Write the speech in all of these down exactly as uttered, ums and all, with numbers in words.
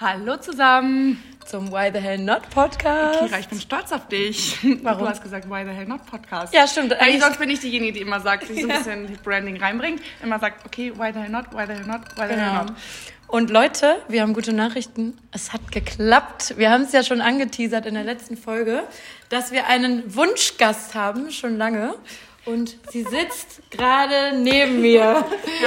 Hallo zusammen zum Why the Hell Not Podcast. Kira, ich bin stolz auf dich. Warum? Du hast gesagt Why the Hell Not Podcast. Ja, stimmt. Weil sonst bin ich diejenige, die immer sagt, die so ein bisschen Branding reinbringt. Immer sagt, okay, Why the Hell Not, Why the Hell Not, Why the Genau. Hell Not. Und Leute, wir haben gute Nachrichten. Es hat geklappt. Wir haben es ja schon angeteasert in der letzten Folge, dass wir einen Wunschgast haben, schon lange. Und sie sitzt gerade neben mir.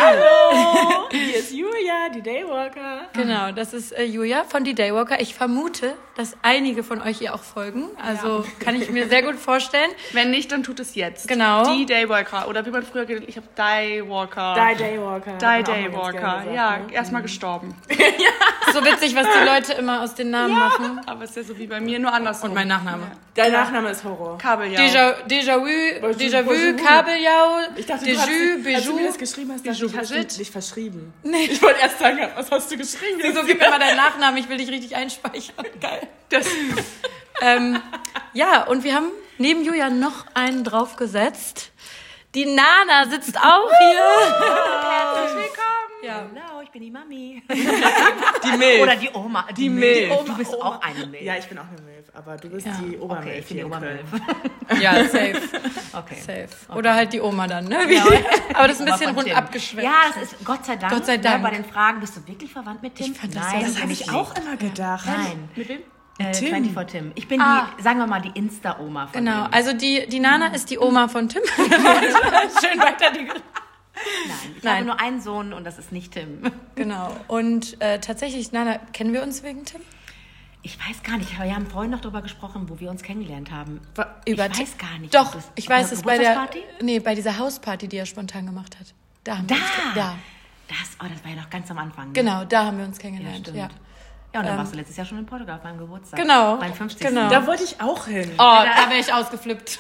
Hallo, hier ist Julia, die Daywalker. Genau, das ist äh, Julia von die Daywalker. Ich vermute, dass einige von euch ihr auch folgen. Also ja. Kann ich mir sehr gut vorstellen. Wenn nicht, dann tut es jetzt. Genau. Die Daywalker. Oder wie man früher geredet, ich habe Daywalker. Die Daywalker. Die Daywalker. Ja, ne? Erstmal mhm. gestorben. Ja. So witzig, was die Leute immer aus den Namen ja. machen. Aber es ist ja so wie bei mir, nur andersrum. Und mein Nachname. Ja. Dein Nachname ist Horror. Kabeljau. Déjà, Déjà-vu, Déjà-vu, Kabeljau, ich dachte, Déjà, du hast, Bijou. als du mir das geschrieben hast, dachte Bijou, ich, hast du Brigitte. dich verschrieben. Nee. Ich wollte erst sagen, was hast du geschrieben? Wieso gib mir mal deinen Nachnamen, ich will dich richtig einspeichern. Geil. Das. ähm, ja, und wir haben neben Julia noch einen draufgesetzt. Die Nana sitzt auch hier. Herzlich willkommen. Ja. Hallo, ich bin die Mami. Die Milf. Oder die Oma. Die, die Milf. Milf. Du bist Oma. auch eine Milf. Ja, ich bin auch eine Milf, aber du bist ja. die Obermilf. Okay, ich bin die Obermilf. Ja, safe. Okay. Safe. Okay. Oder halt die Oma dann, ne? Ja, aber das ist ein bisschen rund abgeschwächt. Ja, das ist Gott sei Dank. Gott sei Dank. Ja, bei den Fragen, bist du wirklich verwandt mit Tim? Ich fand das Nein, so das habe ich auch immer gedacht. Nein. Mit wem? Äh, Tim. vierundzwanzig Tim. Ich bin ah. die, sagen wir mal, die Insta-Oma von Genau, ihm. also die, die Nana ist die Oma von Tim. Schön weiter die Nein, ich Nein. habe nur einen Sohn und das ist nicht Tim. Genau. Und äh, tatsächlich, Nana, kennen wir uns wegen Tim? Ich weiß gar nicht, wir haben vorhin noch darüber gesprochen, wo wir uns kennengelernt haben. Über ich weiß gar nicht. Doch, das, ich weiß es bei der, Geburtstagsparty? nee, bei dieser Hausparty, die er spontan gemacht hat. Da haben Da? wir uns, ja. Das, oh, das war ja noch ganz am Anfang. Ne? Genau, da haben wir uns Ja, kennengelernt. stimmt. Ja, Ja, und dann Ähm, warst du letztes Jahr schon in Portugal auf meinem Geburtstag. Genau, Beim fünfzigsten genau. Da wollte ich auch hin. Oh, da wäre ich ausgeflippt.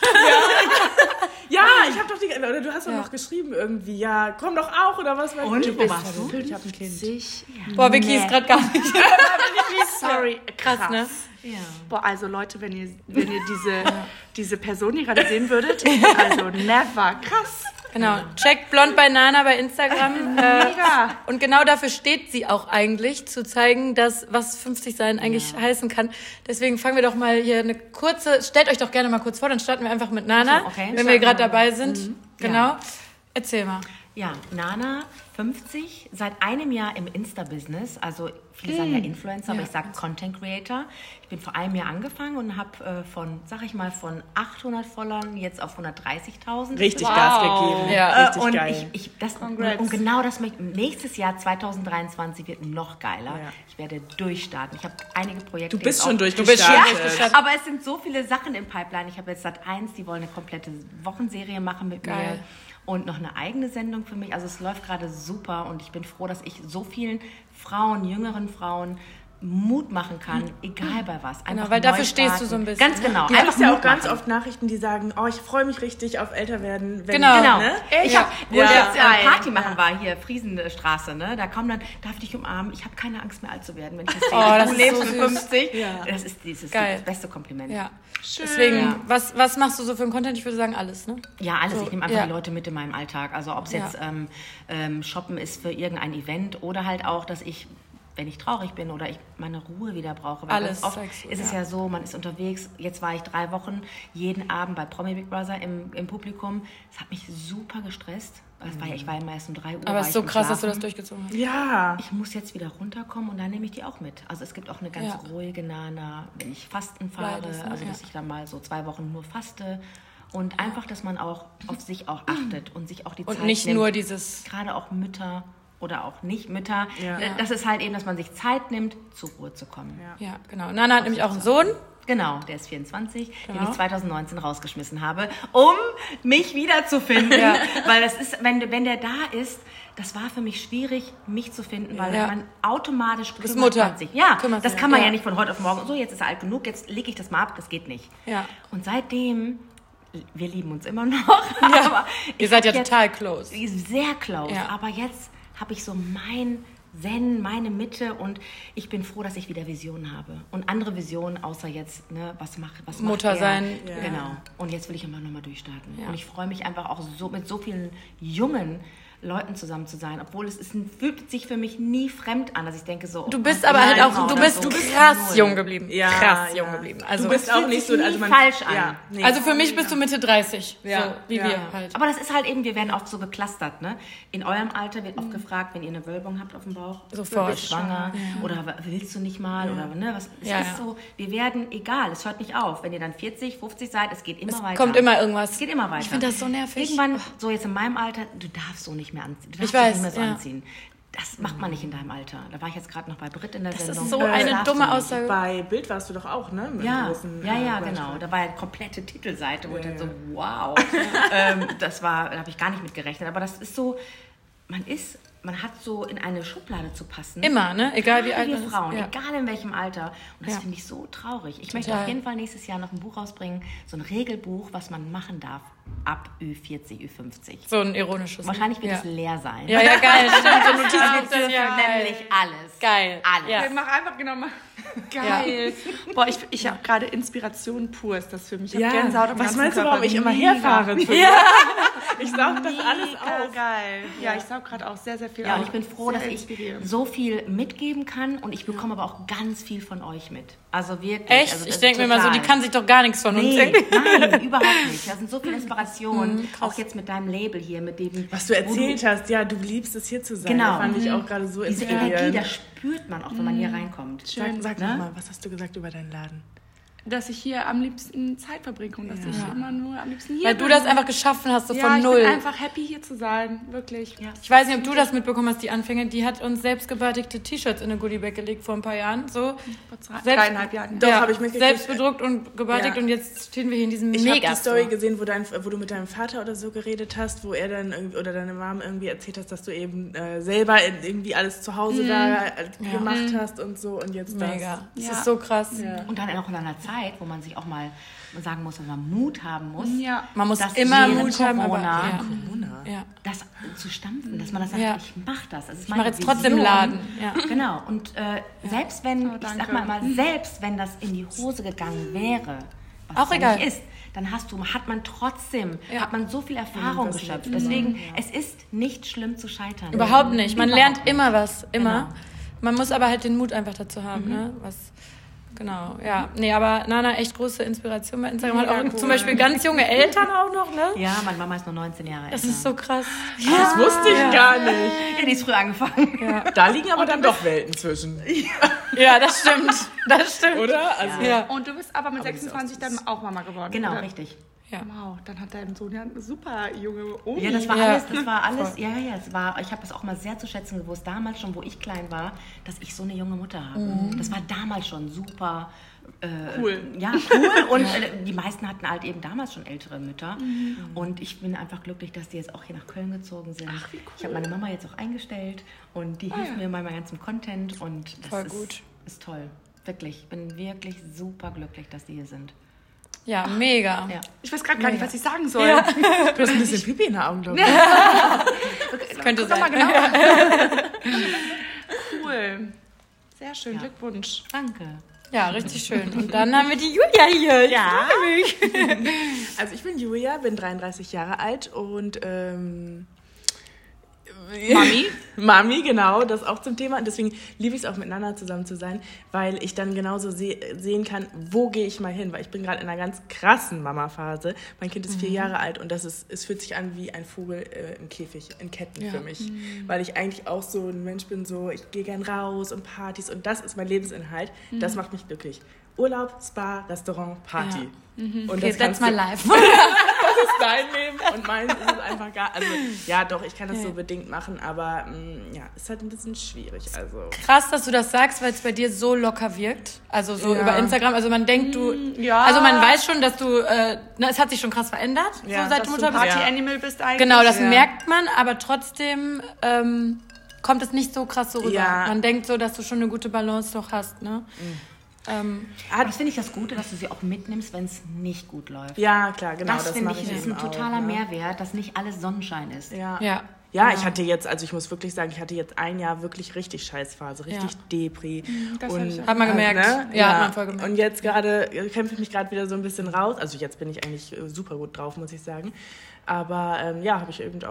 Ja, ich habe doch die, oder du hast doch Ja. noch geschrieben irgendwie, ja, komm doch auch, oder was? Und, du wo bist warst du? Ich habe ein Kind. Ja. Boah, Vicky Nee. ist gerade gar nicht. Sorry, Krass, krass, ne? Ja. Boah, also Leute, wenn ihr, wenn ihr diese, diese Person hier gerade sehen würdet, also never, krass. Genau, checkt Blond bei Nana bei Instagram. Äh, Mega. und genau dafür steht sie auch eigentlich, zu zeigen, dass was fünfzig sein eigentlich Ja. heißen kann. Deswegen fangen wir doch mal hier eine kurze, stellt euch doch gerne mal kurz vor, dann starten wir einfach mit Nana, Ach so, okay. wenn wir gerade dabei sind. Mhm. Genau. Ja. Erzähl mal. Ja, Nana, fünfzig, seit einem Jahr im Insta-Business, also viele sagen ja Influencer, aber Ja. ich sage Content Creator. Ich bin vor einem Jahr angefangen und habe äh, von, sag ich mal, von achthundert Followern jetzt auf hundertdreißigtausend. Richtig Wow. Gas gegeben. Ja. Richtig und geil. Ich, ich, das, Congrats. und genau das möchte nächstes Jahr zweitausenddreiundzwanzig wird noch geiler. Ja. Ich werde durchstarten. Ich habe einige Projekte. Du bist jetzt schon auch- durchgestartet. Du bist schon- Ja, aber es sind so viele Sachen im Pipeline. Ich habe jetzt Sat eins, die wollen eine komplette Wochenserie machen mit Geil. mir. Und noch eine eigene Sendung für mich. Also es läuft gerade super und ich bin froh, dass ich so vielen Frauen, jüngeren Frauen Mut machen kann, egal bei was. Einfach Genau, weil dafür neu stehst du starten. so ein bisschen, Ganz ne? genau. Du hast ja Mut auch ganz machen. oft Nachrichten, die sagen, oh, ich freue mich richtig auf älter werden. Wenn Genau. Genau. Ne? Ich Ja. hab, wo Ja. ich jetzt äh, Geil. Party machen war, hier Friesenstraße, ne? Da kommen dann, darf ich dich umarmen? Ich habe keine Angst mehr alt zu werden, wenn ich das sehe. Oh, das du ist lebst so mit süß. fünfzig. Ja. Das ist dieses Geil. das beste Kompliment. Ja. Schön. Deswegen, Ja. was, was machst du so für einen Content? Ich würde sagen, alles, ne? Ja, alles. So, Ich nehme einfach ja. die Leute mit in meinem Alltag. Also ob es Ja. jetzt ähm, ähm, Shoppen ist für irgendein Event oder halt auch, dass ich, wenn ich traurig bin oder ich meine Ruhe wieder brauche. Weil Alles ganz oft zeigst du, ist es ja. ja so, man ist unterwegs. Jetzt war ich drei Wochen jeden Abend bei Promi Big Brother im, im Publikum. Es hat mich super gestresst. Es war ja, ich war immer erst um drei Uhr. Aber war es ist ich so am krass, dass du Schlafen. das durchgezogen hast. Ja. Ich muss jetzt wieder runterkommen und dann nehme ich die auch mit. Also es gibt auch eine ganz Ja. ruhige Nana, wenn ich Fasten fahre, Beides, ne? also dass Ja. ich dann mal so zwei Wochen nur faste und einfach, dass man auch auf sich auch achtet und sich auch die Und Zeit nicht nimmt. nur dieses, Gerade auch Mütter oder auch nicht Mütter. Ja. Äh, Das ist halt eben, dass man sich Zeit nimmt, zur Ruhe zu kommen. Ja. ja, genau. Nana hat nämlich auch einen Sohn. Genau, der ist vierundzwanzig, Genau. den ich zweitausendneunzehn rausgeschmissen habe, um mich wiederzufinden. Ja. Weil das ist, wenn, wenn der da ist, das war für mich schwierig, mich zu finden, weil Ja. man automatisch bist kümmert Mutter. man sich. Ja, Kümmerst das dich, kann man ja. ja nicht von heute auf morgen. So, jetzt ist er alt genug, jetzt lege ich das mal ab, das geht nicht. Ja. Und seitdem, wir lieben uns immer noch, aber Ihr seid ja jetzt- total close. sehr close, Ja. aber jetzt habe ich so mein Zen, meine Mitte und ich bin froh, dass ich wieder Visionen habe. Und andere Visionen, außer jetzt, ne, was macht was macht Mutter er? sein. Genau. Und jetzt will ich immer nochmal durchstarten. Ja. Und ich freue mich einfach auch so mit so vielen jungen Leuten zusammen zu sein, obwohl es ist, fühlt sich für mich nie fremd an, dass ich denke so... Du bist oh, aber halt auch, du oder bist so. krass Null. jung geblieben. Ja, krass ja. jung geblieben. Also, Du bist Es auch fühlt nicht sich so, also nie man... falsch an. Ja, nee. also für mich bist du Mitte dreißig, Ja, so wie ja. wir halt. Aber das ist halt eben, wir werden oft so geklustert, ne? In eurem Alter wird oft gefragt, wenn ihr eine Wölbung habt auf dem Bauch, Sofort. bist schwanger oder willst du nicht mal oder ne, was? Es Ja, ist ja. so, wir werden, egal, es hört nicht auf. Wenn ihr dann vierzig, fünfzig seid, es geht immer Es weiter. kommt immer irgendwas. Es geht immer weiter. Ich finde das so nervig. Irgendwann, so jetzt in meinem Alter, du darfst so nicht mehr anziehen. Du darfst Ich weiß, dich nicht mehr so ja. anziehen. Das macht man nicht in deinem Alter. Da war ich jetzt gerade noch bei Brit in der Das Sendung. ist so Das eine darfst dumme du nicht. Aussage. Bei Bild warst du doch auch, ne? Mit Ja, großen, ja, äh, ja, Bildschirm. genau. Da war eine komplette Titelseite, wo ich dann so, wow. ähm, das war, da habe ich gar nicht mit gerechnet. Aber das ist so, man ist, man hat so in eine Schublade zu passen. Immer, ne? Egal wie alt wir man ist. Frauen, Ja. egal in welchem Alter. Und das Ja. finde ich so traurig. Ich möchte Total. auf jeden Fall nächstes Jahr noch ein Buch rausbringen, so ein Regelbuch, was man machen darf ab Ü vierzig, Ü fünfzig. So ein ironisches. Wahrscheinlich wird ja. es leer sein. Ja, ja, geil. Stimmt, so Wir Notizbuch. dürfen Ja, nämlich alles. Geil. Alles. Ja. Wir machen einfach genau mal. Geil. Boah, ich, ich habe gerade Inspiration pur, ist das für mich. Ich Ja, habe Gänsehaut am was ganzen meinst du, Körper. warum ich immer Mega. herfahre? Zu Ja. Ich saug das alles Mega auf. geil. Ja, ich saug gerade auch sehr, sehr viel Ja, auf. und ich bin froh, Sehr dass ich inspirierend. so viel mitgeben kann und ich bekomme aber auch ganz viel von euch mit. Also wirklich. Echt? Also ich das denke mir ist immer so, die total. kann sich doch gar nichts von uns Nee, denken. nein, überhaupt nicht. Da sind so viele Inspirationen, Mhm, auch jetzt mit deinem Label hier, mit dem... Was du erzählt wo hast, ja, du liebst es hier zu sein. Genau. Das fand ich auch gerade so Diese Energie, inspirierend. das spürt man auch, wenn man hier reinkommt. Sag, sag ne? noch mal, was hast du gesagt über deinen Laden? Dass ich hier am liebsten Zeit verbringe und dass ich immer nur am liebsten hier Weil bin. du das einfach geschaffen hast, so ja, von ich null. bin einfach happy hier zu sein, wirklich. Ja. Ich weiß nicht, ob du das mitbekommen hast, die Anfänge. Die hat uns selbstgefertigte T-Shirts in eine Goodiebag gelegt vor ein paar Jahren. So Vor zwei, dreieinhalb Jahren. Doch, ja, hab ich mitgekriegt. selbst bedruckt und gefertigt Ja. und jetzt stehen wir hier in diesem Ich habe mega die Story gesehen, wo, dein, wo du mit deinem Vater oder so geredet hast, wo er dann irgendwie, oder deine Mom irgendwie erzählt hast, dass du eben äh, selber irgendwie alles zu Hause da äh, gemacht hast und so und jetzt Mega. Das Ja. ist so krass. Und dann auch in einer Zeit, wo man sich auch mal sagen muss, dass man Mut haben muss. Ja. Man muss dass immer während Mut haben, aber Corona ja. das. Corona. Ja. das zu stampfen, dass man das sagt, Ja. ich mach das. das ist Ich mache meine jetzt trotzdem Vision. Laden. Ja. Genau. Und äh, selbst wenn, Oh, ich sag danke. mal, mal, selbst wenn das in die Hose gegangen wäre, was Auch es ja egal. nicht ist, dann hast du, hat man trotzdem, Ja. hat man so viel Erfahrung geschöpft. Deswegen, es ist nicht schlimm zu scheitern. Überhaupt nicht. Man Überhaupt lernt immer was. Immer. Genau. Man muss aber halt den Mut einfach dazu haben. Ne? Was, genau, ja. Nee, aber Nana, echt große Inspiration bei Instagram. Hat auch Mega cool. zum Beispiel ganz junge Eltern auch noch, ne? Ja, meine Mama ist nur neunzehn Jahre alt. Das ist so krass. Das wusste ich gar nicht. Ja, die ist früh angefangen. Da liegen aber dann doch Welten zwischen. Ja, das stimmt. Das stimmt. Oder? Also, Ja. Und du bist aber mit Aber die ist sechsundzwanzig dann auch Mama geworden. Genau, oder? richtig. Ja. Wow, dann hat dein Sohn ja eine super junge Omi. Ja, das war Ja. alles, das war alles, ja, ja, ja, es war, ich habe es auch mal sehr zu schätzen gewusst, damals schon, wo ich klein war, dass ich so eine junge Mutter habe. Mhm. Das war damals schon super äh, Cool. Ja, cool. Und äh, die meisten hatten halt eben damals schon ältere Mütter. Mhm. Und ich bin einfach glücklich, dass die jetzt auch hier nach Köln gezogen sind. Ach, wie cool. Ich habe meine Mama jetzt auch eingestellt und die hilft ja. mir bei meinem ganzen Content und das Voll ist, gut. ist toll. Wirklich, ich bin wirklich super glücklich, dass die hier sind. Ja, mega. Ja. Ich weiß gerade gar nicht, was ich sagen soll. du hast ein bisschen Pipi in den Augen, glaube ich. Könnte Guck mal sein. genau. Cool. Sehr schön, Ja. Glückwunsch. Danke. Ja, richtig schön. Und dann haben wir die Julia hier. Ja. Also ich bin Julia, bin dreiunddreißig Jahre alt und ähm, Mami? Mami, genau, das auch zum Thema. Und deswegen liebe ich es auch mit Nana zusammen zu sein, weil ich dann genauso se- sehen kann, wo gehe ich mal hin. Weil ich bin gerade in einer ganz krassen Mama-Phase. Mein Kind ist vier Jahre alt und das ist, es fühlt sich an wie ein Vogel äh, im Käfig, in Ketten für mich. Weil ich eigentlich auch so ein Mensch bin, so ich gehe gern raus und Partys und das ist mein Lebensinhalt. Das macht mich glücklich. Urlaub, Spa, Restaurant, Party. Und Okay, das that's kannst my du- life. das ist dein Leben und meins ist es einfach gar. Also ja, doch, ich kann das so bedingt machen, aber mh, ja, ist halt ein bisschen schwierig. Also Krass, dass du das sagst, weil es bei dir so locker wirkt. Also so Ja. über Instagram. Also man denkt, du. ja. Also man weiß schon, dass du. Äh, na, es hat sich schon krass verändert, Ja, so seit dass du du Mutter bist. Ja. Party-Animal bist eigentlich. Genau, das Ja. merkt man, aber trotzdem ähm, kommt es nicht so krass so rüber. Ja. Man denkt so, dass du schon eine gute Balance doch hast, ne? Ähm, Aber das finde ich das Gute, dass du sie auch mitnimmst, wenn es nicht gut läuft. ja, klar, genau, das das, finde mache ich, ich ist eben ein totaler auch, ne? Mehrwert, dass nicht alles Sonnenschein ist. Ja. ja. Ja, ich hatte jetzt, also ich muss wirklich sagen, ich hatte jetzt ein Jahr wirklich richtig Scheißphase, richtig Ja. Depri. das und, hab ich auch. Hat man gemerkt. ne? Ja, hat man voll gemerkt. Und jetzt gerade äh, kämpfe ich mich gerade wieder so ein bisschen raus. Also jetzt bin ich eigentlich äh, super gut drauf, muss ich sagen. Aber ähm, ja, habe ich eben auch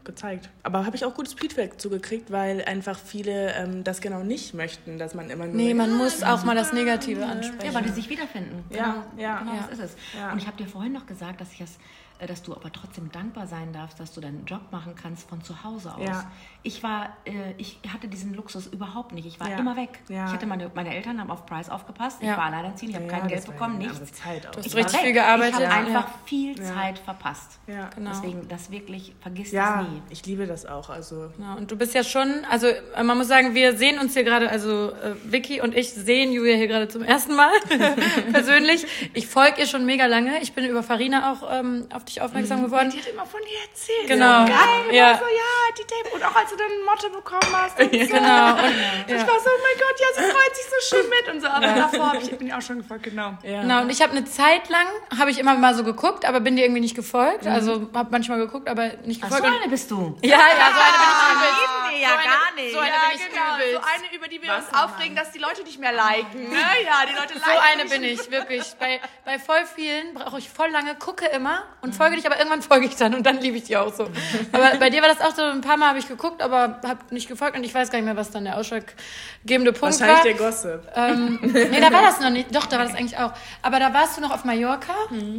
gezeigt. Aber habe ich auch gutes Feedback zugekriegt, weil einfach viele ähm, das genau nicht möchten, dass man immer nur... Nee, man muss auch mal das Negative ansprechen. Ja, weil die sich wiederfinden. Ja, ja. Genau, Ja. das ist es. Ja. Und ich habe dir vorhin noch gesagt, dass ich das, äh, dass du aber trotzdem dankbar sein darfst, dass du deinen Job machen kannst von zu Hause aus. Ja. Ich war, äh, ich hatte diesen Luxus überhaupt nicht. Ich war Ja. immer weg. Ja. Ich hatte meine, meine Eltern haben auf Price aufgepasst. Ich Ja. war alleinerziehend, ich habe Ja, kein das Geld war bekommen, ja eine nichts. andere Zeit auch. Du hast Ich war richtig viel weg. gearbeitet. Ich habe Ja. einfach viel Ja. Zeit verpasst. Ja. Genau. Deswegen, das wirklich, vergiss Ja, das nie. ich liebe das auch. Also Ja, und du bist ja schon, also äh, man muss sagen, wir sehen uns hier gerade, also äh, Vicky und ich sehen Julia hier gerade zum ersten Mal persönlich. Ich folge ihr schon mega lange. Ich bin über Farina auch ähm, auf dich aufmerksam geworden. Die hat immer von dir erzählt. Genau. Geil, Ja. ja. So, ja, die Tape. Und auch als du dann ein Motto bekommen hast. Und so. Genau. Und, Ich ja. war so, oh mein Gott, ja, sie freut sich so schön mit. Und so, aber davor hab ich, bin ich auch schon gefolgt, genau. ja. Genau, und ich habe eine Zeit lang, habe ich immer mal so geguckt, aber bin dir irgendwie nicht gefolgt. Also habe manchmal geguckt, aber nicht Ach, gefolgt. so eine bist du. ja, ja, so eine bin ich übelst. Nee, ja, gar nicht. So eine Ja, bin ich genau. übelst. So eine, über die wir uns aufregen, dass die Leute nicht mehr liken. Ne? Ja, die Leute liken. So eine nicht. bin ich, wirklich. Bei, bei voll vielen brauche ich voll lange, gucke immer und folge dich, aber irgendwann folge ich dann und dann liebe ich die auch so. Aber bei dir war das auch so, ein paar Mal habe ich geguckt, aber habe nicht gefolgt und ich weiß gar nicht mehr, was dann der ausschlaggebende Punkt Wahrscheinlich war. der Gossip. Ähm, nee, da war das noch nicht. Doch, da war das eigentlich auch. Aber da warst du noch auf Mallorca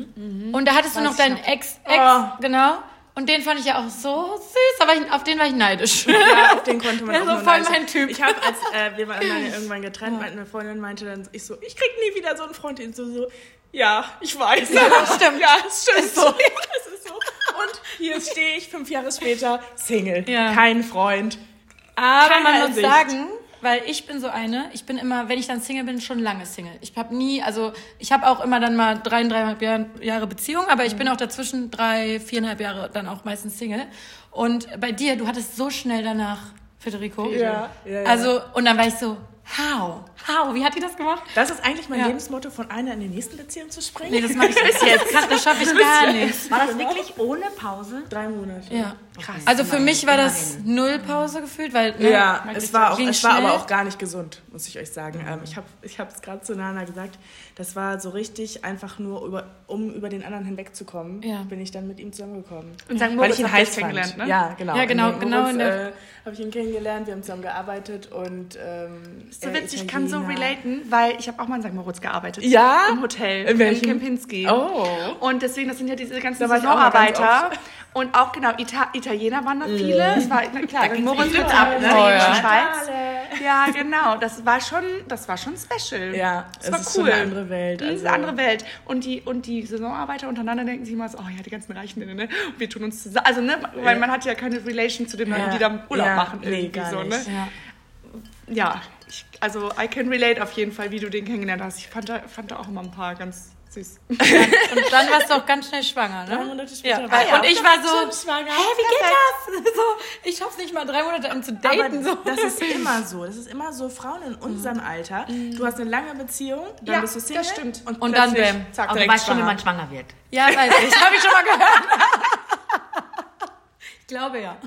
und da hattest du noch deinen Ex, Ex, Oh. genau. Und den fand ich ja auch so süß, aber ich, auf den war ich neidisch. Ja, auf den konnte man Der auch ist so nur voll neidisch. mein Typ. Ich habe, als äh, wir waren dann irgendwann getrennt, meine Freundin meinte dann, ich so, ich krieg nie wieder so einen Freund. Und so, so, ja, ich weiß. Ja, stimmt. Ja, es stimmt. so. Ja, es ist so. Und hier stehe ich fünf Jahre später, Single, Ja. kein Freund. Aber Keiner man in muss Sicht. sagen, weil ich bin so eine, ich bin immer, wenn ich dann Single bin, schon lange Single. Ich habe nie, also ich habe auch immer dann mal dreieinhalb Jahre, Jahre Beziehung, aber ich bin auch dazwischen drei, viereinhalb Jahre dann auch meistens Single. Und bei dir, du hattest so schnell danach, Federico. Ja, ja, ja. Also, und dann war ich so, how? How? Wie hat die das gemacht? Das ist eigentlich mein Ja. Lebensmotto, von einer in die nächste Beziehung zu springen. Nee, das mache ich bis jetzt. Das schaffe ich gar nicht. War das wirklich ohne Pause? Drei Monate. Ja. Krass. Also für Immerhin, mich war das immerhin. null Pause gefühlt, weil ne, Ja, man es kriegt- war, auch, ging es war aber schnell. auch gar nicht gesund, muss ich euch sagen. Ähm, ich habe ich es gerade zu Nana gesagt, das war so richtig einfach nur, über, um über den anderen hinwegzukommen, Ja. bin ich dann mit ihm zusammengekommen. Und Sankt Weil Moritz ich ihn habt ihr heiß euch fand. kennengelernt, ne? Ja, genau. Ja, genau, In Sankt genau Moritz, in der- äh, habe ich ihn kennengelernt, wir haben zusammen gearbeitet und ähm, So er witzig, ich kann so Italiener. relaten, weil ich habe auch mal in Sankt Moritz gearbeitet. Ja? Im Hotel. In welchem? Kempinski. Oh. Und deswegen, das sind ja diese ganzen Da war ich auch mal ganz Saisonarbeiter. Und auch, genau, Ita Italiener waren da viele. Es war, na klar, Sankt Moritz richtig wird's ab, ab, ne? ne? Oh, Die ja. Schweiz. Ja, genau. Das war schon, das war schon special. Ja, das es war ist cool. schon eine andere Welt. Das ist Also, eine andere Welt. Und die, und die Saisonarbeiter untereinander denken sich immer so, oh ja, die ganzen Reichen, ne? Und wir tun uns zusammen. Also, ne, weil man hat ja keine Relation zu den Leuten, Ja. die da Urlaub Ja, machen. nee, Irgendwie gar so, ne? nicht. Ja. Ja, ich, also I can relate auf jeden Fall, wie du den kennengelernt hast. Ich fand da, fand da auch immer ein paar ganz süß. Und dann warst du auch ganz schnell schwanger, ne? Drei Monate später Ja, war weil, ich und auch ich war so, schon schwanger. hä, wie geht das? So, ich schaff's nicht mal drei Monate an zu daten. Aber so. das ist immer so. Das ist immer so, Frauen in unserem Alter. Du hast eine lange Beziehung, dann Ja, bist du Single. das stimmt. Und, Und dann plötzlich, bam. zack, Aber du direkt weißt schon, wie schwanger. man schwanger wird. Ja, weiß ich. Habe ich schon mal gehört. Ich glaube ja.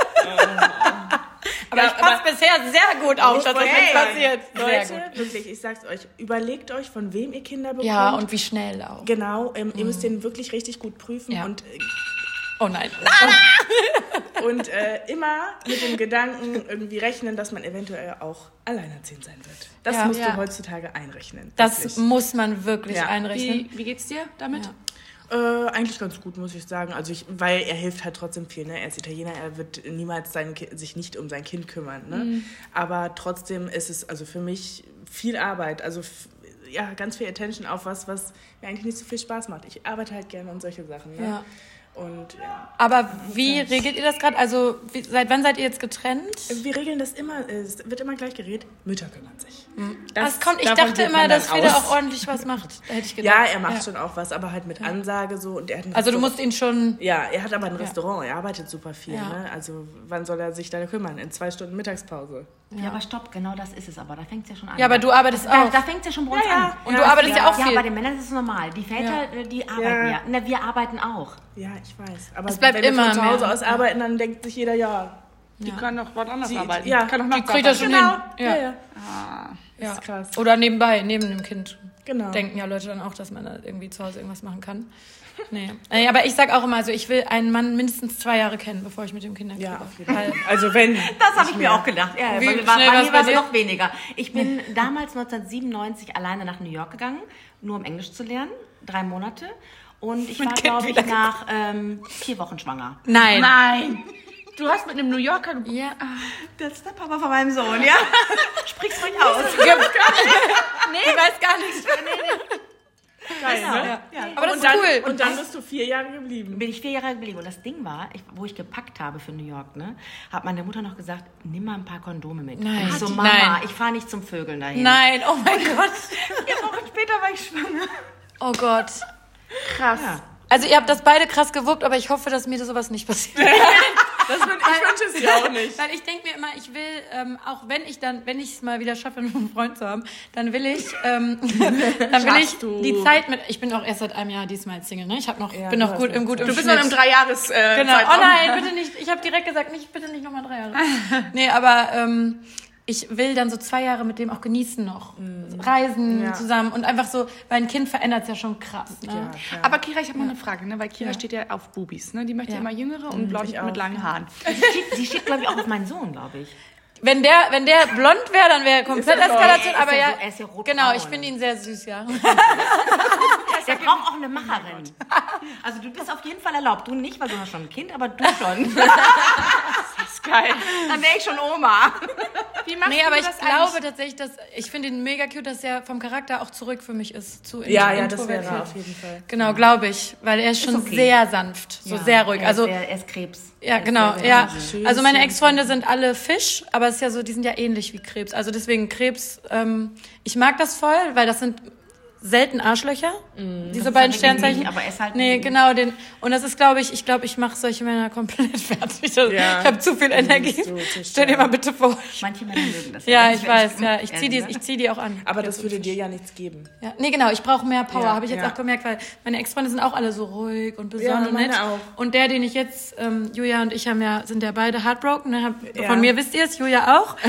Aber Ja, ich passe aber- bisher sehr gut auf, dass das Hey, nicht passiert. Sehr Leute, gut. wirklich, ich sag's euch, überlegt euch, von wem ihr Kinder bekommt. Ja, und wie schnell auch. Genau, ähm, ihr müsst den wirklich richtig gut prüfen Ja. und, äh, Oh nein. und äh, immer mit dem Gedanken irgendwie rechnen, dass man eventuell auch alleinerziehend sein wird. Das Ja. musst Ja. du heutzutage einrechnen. Das wirklich. muss man wirklich Ja. einrechnen. Wie, wie geht's dir damit? Ja. Äh, eigentlich ganz gut, muss ich sagen. Also ich, weil er hilft halt trotzdem viel. Ne? Er ist Italiener, er wird niemals sein, Ki- sich nicht um sein Kind kümmern. Ne? Mhm. Aber trotzdem ist es also für mich viel Arbeit. Also f- ja, ganz viel Attention auf was, was mir eigentlich nicht so viel Spaß macht. Ich arbeite halt gerne an solche Sachen. Ne? Ja. Und ja. Aber wie regelt ihr das gerade? Also wie, seit wann seid ihr jetzt getrennt? Wir regeln das immer, es wird immer gleich geredet. Mütter kümmern sich. Das kommt, ich davon dachte geht immer, man dann dass Feder aus. auch ordentlich was macht. Da hätte ich gedacht. Ja, er macht Ja. schon auch was, aber halt mit Ansage so. Und er hat ein Also du Restaurant. musst ihn schon... Ja, er hat aber ein Restaurant, er arbeitet super viel. Ja. Ne? Also wann soll er sich da kümmern? In zwei Stunden Mittagspause. Ja, aber stopp, genau das ist es aber. Da fängt es ja schon an. Ja, aber du arbeitest Da, auch. da fängt es ja schon bei uns Ja, ja. an. Und du arbeitest ja, auch Ja, viel. bei den Männern ist es normal. Die Väter, äh, die arbeiten ja. Ja. Na, wir arbeiten auch. Ja, ich weiß. Aber Es bleibt wenn wir immer von zu Hause mehr. aus arbeiten, dann denkt sich jeder, ja, Die können doch was anderes Sie- arbeiten. ja, die können doch die nachts kriegt er arbeiten. schon genau. hin. Ja, Ja. ja. Ah. Ja. ist krass. Oder nebenbei, neben dem Kind. Genau. denken ja Leute dann auch, dass man da irgendwie zu Hause irgendwas machen kann. Nee. Äh, aber ich sag auch immer, also ich will einen Mann mindestens zwei Jahre kennen, bevor ich mit dem Kinder kriege. Ja, auf jeden Fall. Also wenn... Das habe ich mir auch gedacht. Ja, Wie weil war, schnell bei war's mir bei war es dir? noch weniger. Ich bin damals neunzehnhundertsiebenundneunzig alleine nach New York gegangen, nur um Englisch zu lernen. Drei Monate. Und ich war, glaube ich, nach ähm, vier Wochen schwanger. Nein. Nein. Du hast mit einem New Yorker geboren. Ja. Das ist der Papa von meinem Sohn, ja? Sprich's ruhig aus. Nee, ich weiß gar nichts. Geil, Genau. ne? Ja. Ja. Aber das und ist dann, cool. Und dann bist du vier Jahre geblieben. Bin ich vier Jahre geblieben. Und das Ding war, ich, wo ich gepackt habe für New York, ne, hat meine Mutter noch gesagt, nimm mal ein paar Kondome mit. Nein. Und ich so, Hat die- Mama, Nein. ich fahre nicht zum Vögeln dahin. Nein, oh mein Gott. Vier Wochen später war ich schwanger. Oh Gott. Krass. Ja. Also ihr habt das beide krass gewuppt, aber ich hoffe, dass mir das sowas nicht passiert. Das wün- ich wünsche es dir auch nicht. Weil ich denke mir immer, ich will, ähm, auch wenn ich dann, wenn ich es mal wieder schaffe, einen Freund zu haben, dann will ich, ähm, dann will ich Schaffst du. die Zeit mit, ich bin auch erst seit einem Jahr diesmal Single, ne? Ich habe noch, Ja, bin du noch hast gut noch im gut im Du bist Schnitt. noch im Dreijahres äh, Genau. Zeitraum. Oh nein, bitte nicht. Ich habe direkt gesagt, nicht, bitte nicht nochmal drei Jahre. Nee, aber ähm, ich will dann so zwei Jahre mit dem auch genießen noch. Reisen Ja. zusammen und einfach so, weil ein Kind verändert es ja schon krass. Ne? Ja, klar. Aber Kira, ich habe mal eine Frage, ne? Weil Kira steht ja auf Bubis, ne? Die möchte Ja. immer jüngere und blond ich auch. mit langen Haaren. Sie steht, sie steht glaube ich, auch auf meinen Sohn, glaube ich. Wenn der, wenn der blond wäre, dann wäre komplett Ist er Eskalation, blond? aber Er ist ja ja, so- er ist ja rotbraun. genau, ich finde ihn sehr süß, ja. Der braucht auch eine Macherin. Also du bist auf jeden Fall erlaubt. Du nicht, weil du hast schon ein Kind, aber du schon. Das ist geil. Dann wäre ich schon Oma. Wie machst Nee, du aber ich das glaube eigentlich? tatsächlich, dass ich finde ihn mega cute, dass er vom Charakter auch zurück für mich ist. Zu Ja, ja, das introvertiert. wäre auf jeden Fall. Genau, glaube ich, weil er ist schon okay. sehr sanft, so sehr ruhig. Er Also ist, sehr, er ist Krebs. ja, Er ist genau, sehr, sehr ja. sensibel. Also meine Ex-Freunde sind alle Fisch, aber es ist ja so, die sind ja ähnlich wie Krebs. Also deswegen Krebs, ähm, ich mag das voll, weil das sind selten Arschlöcher, diese beiden ist halt Sternzeichen. nicht, aber er ist halt nee, nicht. genau, den und das ist, glaube ich, ich glaube, ich mache solche Männer komplett fertig. Ja. Ich habe zu viel Energie. bist du zu Stell dir stark. mal bitte vor. Manche Männer mögen das. Ja, Das ich ist weiß, echt- ja, ich zieh die, ehrlich, ne? ich zieh die auch an. Aber das würde dir ja nichts geben. Ja, nee, genau, ich brauche mehr Power, Ja, habe ich jetzt ja. auch gemerkt, weil meine Ex-Freunde sind auch alle so ruhig und besonnen Ja, und meine nett. auch. Und der, den ich jetzt, ähm, Julia und ich haben ja, sind ja beide heartbroken, ne? Hab, Ja. Von mir wisst ihr es, Julia auch.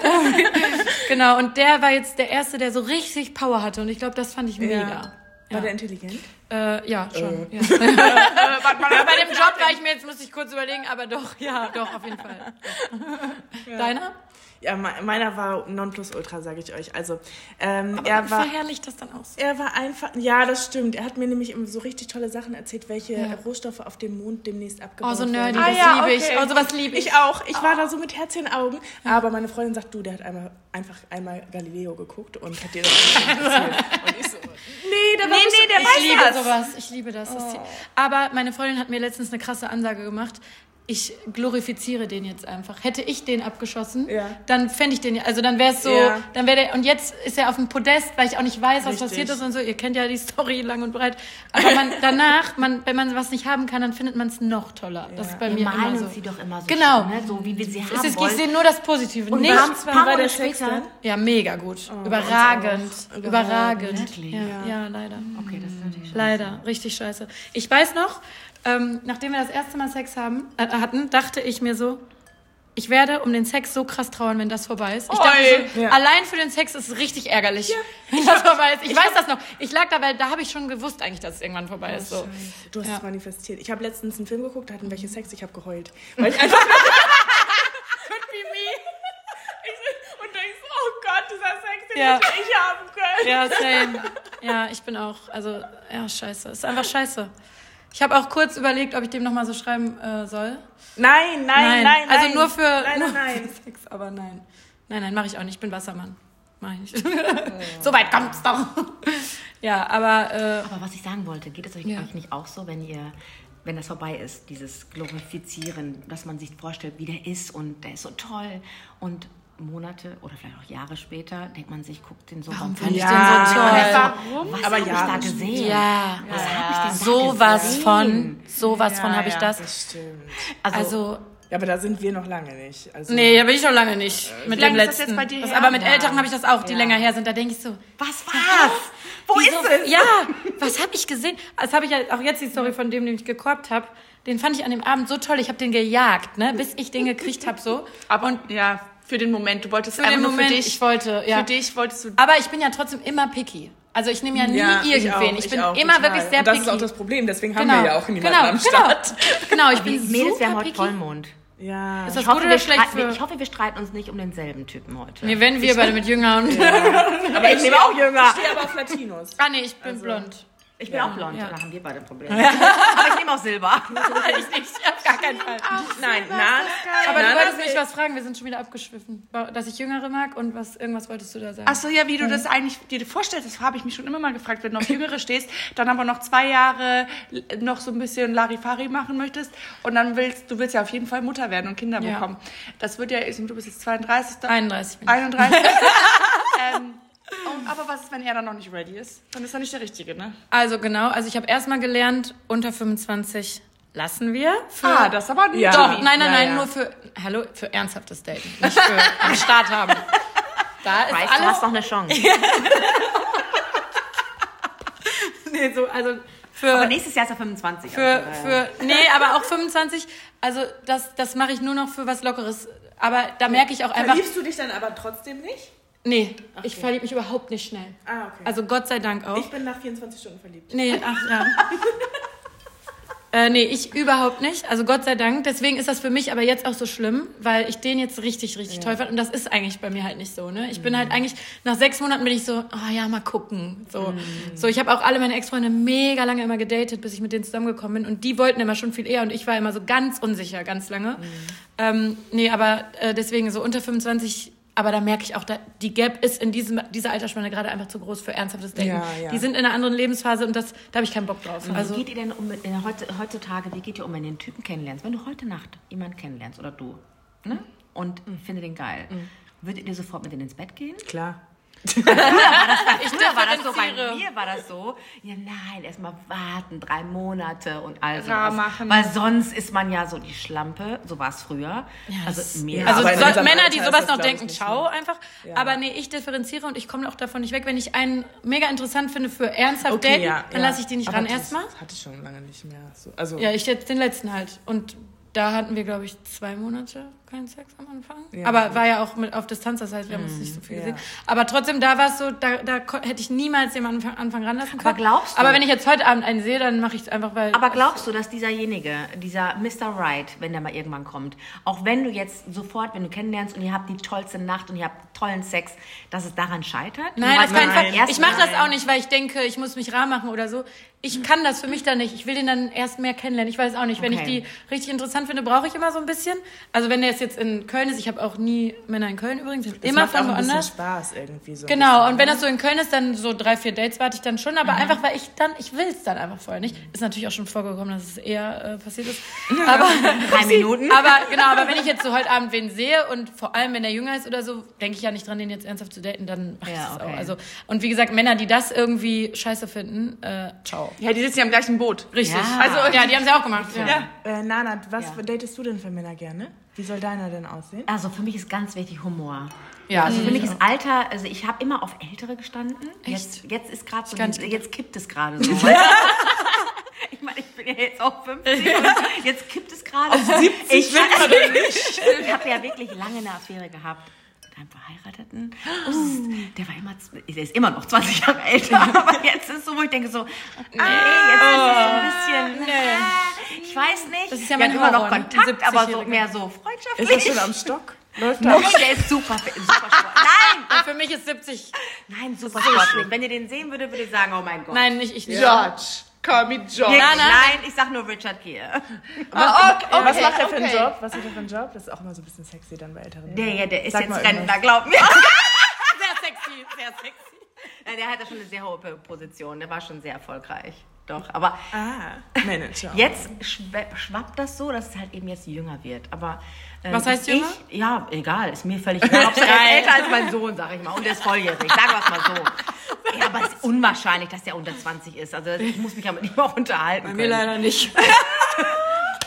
Genau, und der war jetzt der Erste, der so richtig Power hatte und ich glaube, das fand ich mega. War Ja. der intelligent? Äh, ja, schon. Äh. Ja. ja, bei dem Job war ich mir, jetzt muss ich kurz überlegen, aber doch, ja, doch, auf jeden Fall. Deiner? Ja, me- meiner war Nonplusultra, sage ich euch. Also, ähm, er war... Verherrlicht das dann auch so. Er war einfach, ja, das stimmt. Er hat mir nämlich so richtig tolle Sachen erzählt, welche Ja. Rohstoffe auf dem Mond demnächst abgebaut Oh, so werden. nerdy, Ah, das ja, liebe ich. okay. Oh, sowas liebe ich. Ich auch. Ich war da so mit Herz in den Augen. Aber meine Freundin sagt, du, der hat einmal, einfach einmal Galileo geguckt und hat dir das erzählt. Und ich so, nee, der war Nee, nee, der Ich weiß liebe das. sowas. Ich liebe das. das Aber meine Freundin hat mir letztens eine krasse Ansage gemacht. Ich glorifiziere den jetzt einfach. Hätte ich den abgeschossen, Ja. dann fände ich den, ja- also dann wäre es so, Ja. dann wäre der, und jetzt ist er auf dem Podest, weil ich auch nicht weiß, was Richtig. passiert ist und so. Ihr kennt ja die Story lang und breit. Aber man, danach, man, wenn man was nicht haben kann, dann findet man es noch toller. Das ist bei Wir mir malen immer so. uns sie doch immer so Genau. schön, ne? So wie wir sie haben Es ist, ich wollen. sehe nur das Positive. Und Nicht, paar, Wie paar war Monate der Sex später. dann? ja, mega gut. bei Überragend. uns auch. Überragend. Wirklich? Ja, ja, leider. Okay, das ist natürlich scheiße. Leider, richtig scheiße. Ich weiß noch, ähm, nachdem wir das erste Mal Sex haben, äh, hatten, dachte ich mir so, ich werde um den Sex so krass trauern, wenn das vorbei ist. Ich dachte Oi. so, Ja. allein für den Sex ist es richtig ärgerlich, wenn das vorbei ist. Ich, weiß das noch. Ich lag da, weil da habe ich schon gewusst eigentlich, dass es irgendwann vorbei ist. So. Du hast Ja. es manifestiert. Ich habe letztens einen Film geguckt, da hatten welche Sex, ich habe geheult. Weil ich einfach... Ich- Und denkst, oh Gott, dieser Sex, den Ja. hätte ich haben können. Ja, same. Ja, ich bin auch, also, ja, scheiße. Ist einfach scheiße. Ich habe auch kurz überlegt, ob ich dem nochmal so schreiben äh, soll. Nein, nein, nein, nein. Also nur für, Nein, nur nein, nein. für Sex, aber nein. Nein, nein, mache ich auch nicht. Ich bin Wassermann. Mach ich nicht. So weit kommt's doch. Ja, aber äh, Aber was ich sagen wollte, geht es euch, Ja. euch nicht auch so, wenn ihr, wenn das vorbei ist, dieses Glorifizieren, dass man sich vorstellt, wie der ist und der ist so toll und Monate oder vielleicht auch Jahre später denkt man sich, guckt den so warum beim fand ich Ja. den so toll? Warum? Was Aber habe ich ja, da das gesehen? Ja, Was habe ich denn da sowas gesehen? von, sowas von Ja, habe ich ja, das. Das stimmt. Also, Also, Ja, aber da sind wir noch lange nicht. Also, nee, da bin ich noch lange nicht mit lange dem ist das letzten. jetzt bei dir Das, her? aber mit Ja. Älteren habe ich das auch, die Ja. länger her sind. Da denke ich so, was war's? Wo Wieso? ist es? Ja, was habe ich gesehen? Das habe ich ja auch jetzt die Story von dem, den ich gekorbt habe. Den fand ich an dem Abend so toll. Ich habe den gejagt, ne, bis ich den gekriegt habe so. Aber und ja, Für den Moment. Du wolltest Für einfach den nur Moment, für dich. ich wollte, ja. Für dich wolltest du... Aber ich bin ja trotzdem immer picky. Also ich nehme ja nie Ja, ich irgendwen. auch, Ich, ich bin auch, immer total. wirklich sehr Und das picky. ist auch das Problem, deswegen haben genau. wir ja auch niemanden genau, am Start. Genau, genau. ich bin Mädels, wir super haben heute picky. Vollmond. Ja. Ist das Ich gut hoffe, oder wir schlecht streiten, für... ich hoffe, wir streiten uns nicht um denselben Typen heute. Nee, wenn wir beide mit Jüngern und... aber ich nehme auch jünger. Ich stehe aber auf Latinos. Ah nee, ich bin blond. Ich bin auch blond, Ja. da haben wir beide Probleme. Aber ich nehme auch Silber. Ich nicht, auf gar keinen Fall. Nein, na, Aber na, du wolltest na, mich was fragen, wir sind schon wieder abgeschwiffen. Dass ich Jüngere mag und was irgendwas wolltest du da sagen? Ach so, ja, wie du das eigentlich dir vorstellst, das habe ich mich schon immer mal gefragt, wenn du auf Jüngere stehst, dann aber noch zwei Jahre noch so ein bisschen Larifari machen möchtest und dann willst, du willst ja auf jeden Fall Mutter werden und Kinder Ja. bekommen. Das wird ja, du bist jetzt zweiunddreißig. da- einunddreißig bin ich. einunddreißig. ähm, und, aber was ist, wenn er dann noch nicht ready ist? Dann ist er nicht der Richtige, ne? Also genau, also ich habe erstmal gelernt, unter fünfundzwanzig lassen wir. Für Ah, das aber nicht. Ja. Doch, nein, nein, Ja, nein, ja. nur für, hallo, für ernsthaftes Daten, nicht für am Start haben. Da ist Weißt du, alles, hast noch eine Chance. nee, so, also Aber für, nächstes Jahr ist er fünfundzwanzig. für, also, äh, für, nee, aber auch fünfundzwanzig, also das, das mache ich nur noch für was Lockeres. Aber da merke ich auch einfach, Verliebst du dich dann aber trotzdem nicht? nee, ich verliebe mich überhaupt nicht schnell. Ah, okay. Also Gott sei Dank auch. Ich bin nach vierundzwanzig Stunden verliebt. Nee, ach ja. äh, nee, ich überhaupt nicht. Also Gott sei Dank. Deswegen ist das für mich aber jetzt auch so schlimm, weil ich den jetzt richtig, richtig toll fand. Und das ist eigentlich bei mir halt nicht so, ne? Ich bin halt eigentlich, nach sechs Monaten bin ich so, oh ja, mal gucken. So, so ich habe auch alle meine Ex-Freunde mega lange immer gedatet, bis ich mit denen zusammengekommen bin. Und die wollten immer schon viel eher. Und ich war immer so ganz unsicher, ganz lange. Ähm, nee, aber äh, deswegen so unter fünfundzwanzig... Aber da merke ich auch, da, die Gap ist in diesem, dieser Altersspanne gerade einfach zu groß für ernsthaftes Daten. Ja, ja. Die sind in einer anderen Lebensphase und das, da habe ich keinen Bock drauf. Also, Also, wie geht ihr denn um mit, in, heutz- heutzutage, wie geht ihr um, wenn du den Typen kennenlernst? Wenn du heute Nacht jemanden kennenlernst oder du, ne? Und finde den geil, würdet ihr sofort mit denen ins Bett gehen? Klar. ich Früher war das so, bei differenziere. mir war das so, ja nein, erstmal warten, drei Monate und all Rar sowas. machen. Weil sonst ist man ja so die Schlampe, so war es früher. also mir Also aber in so, unserem Männer, Alter die ist sowas das, noch glaub ich, denken, nicht ciao mehr. einfach. Ja. Aber nee, ich differenziere und ich komme auch davon nicht weg. Wenn ich einen mega interessant finde für ernsthaft Okay, daten, ja, dann ja. lasse ich die nicht Aber ran das erstmal. hatte ich schon lange nicht mehr. So, also, Ja, ich jetzt den letzten halt. Und da hatten wir, glaube ich, zwei Monate keinen Sex am Anfang. Ja, aber gut. war ja auch mit auf Distanz, das heißt, wir haben uns nicht so viel Ja. gesehen. Aber trotzdem, da war es so, da, da ko- hätte ich niemals jemanden Anfang, Anfang ranlassen können. Aber glaubst du- Aber wenn ich jetzt heute Abend einen sehe, dann mache ich es einfach, weil... Aber glaubst du, dass dieserjenige, dieser Mister Right, wenn der mal irgendwann kommt, auch wenn du jetzt sofort, wenn du kennenlernst und ihr habt die tollste Nacht und ihr habt tollen Sex, dass es daran scheitert? Nein, Nur auf weil keinen du Fall. beim ersten Ich mache das Mal- auch nicht, weil ich denke, ich muss mich rar machen oder so. Ich kann das für mich dann nicht. Ich will den dann erst mehr kennenlernen. Ich weiß auch nicht. Wenn Okay. ich die richtig interessant finde, brauche ich immer so ein bisschen. Also wenn der jetzt in Köln ist, ich habe auch nie Männer in Köln übrigens, ich hab es immer macht von auch ein bisschen woanders. Spaß irgendwie so. ein Genau, bisschen, und wenn ne? das so in Köln ist, dann so drei, vier Dates warte ich dann schon, aber einfach, weil ich dann, ich will es dann einfach vorher nicht. Ist natürlich auch schon vorgekommen, dass es eher äh, passiert ist. Aber, Drei Minuten. aber genau, aber wenn ich jetzt so heute Abend wen sehe und vor allem, wenn der jünger ist oder so, denke ich ja nicht dran, den jetzt ernsthaft zu daten, dann mache ich Ja, das okay. auch. Also, und wie gesagt, Männer, die das irgendwie scheiße finden, äh, ciao. Ja, die sitzen ja im gleichen Boot. Richtig. Ja. Also, ja, die haben sie auch gemacht. Ja. Ja. Äh, Nana, was Ja. datest du denn für Männer gerne? Wie soll deiner denn aussehen? Also für mich ist ganz wichtig Humor. Ja, Also für mhm. mich ist Alter, also ich habe immer auf Ältere gestanden. Echt? Jetzt, jetzt ist gerade so, kann nicht jetzt kippt es gerade so. Ich meine, ich bin ja jetzt auch fünfzig und jetzt kippt es gerade. siebzig ich ich habe ja wirklich lange eine Affäre gehabt mit einem Verheirateten. Und der war immer, der ist immer noch zwanzig Jahre älter, aber jetzt ist es so, wo ich denke so, okay, jetzt ist es so ein bisschen, ah, ich weiß nicht. Das ist ja Wir mein haben immer noch Horror, ne? Kontakt, aber so siebzig-Jährige. mehr so Ist freundschaftlich. das schon am Stock? Läuft Nein, das? der ist super, super sportlich. Nein, Und für mich ist siebzig. nein, super sportlich. Wenn ihr den sehen würdet, würde ich sagen, oh mein Gott. Nein, nicht ich. Nicht. George. Call me George. Wirklich, Nein, nein. nein, ich sag nur Richard Gere. Ah, okay, Was okay, macht er für einen okay. Job? Was hat er für einen Job? Das ist auch immer so ein bisschen sexy dann bei älteren Der, Männern. ja, der ist Sag jetzt mal Rentner, irgendwas. glaub mir. Sehr sexy, sehr sexy. Ja, der hat ja schon eine sehr hohe Position. Der war schon sehr erfolgreich. Doch, aber Ah, Manager. jetzt schwe- schwappt das so, dass es halt eben jetzt jünger wird. Aber ähm, Was heißt ich, jünger? Ja, egal, ist mir völlig egal. Hauptsache er ist älter als mein Sohn, sag ich mal. Und der ist volljährig, sagen wir es mal so. Ja, aber es ist unwahrscheinlich, dass der unter zwanzig ist. Also ich muss mich damit nicht mehr auch unterhalten Mir können. leider nicht. Aber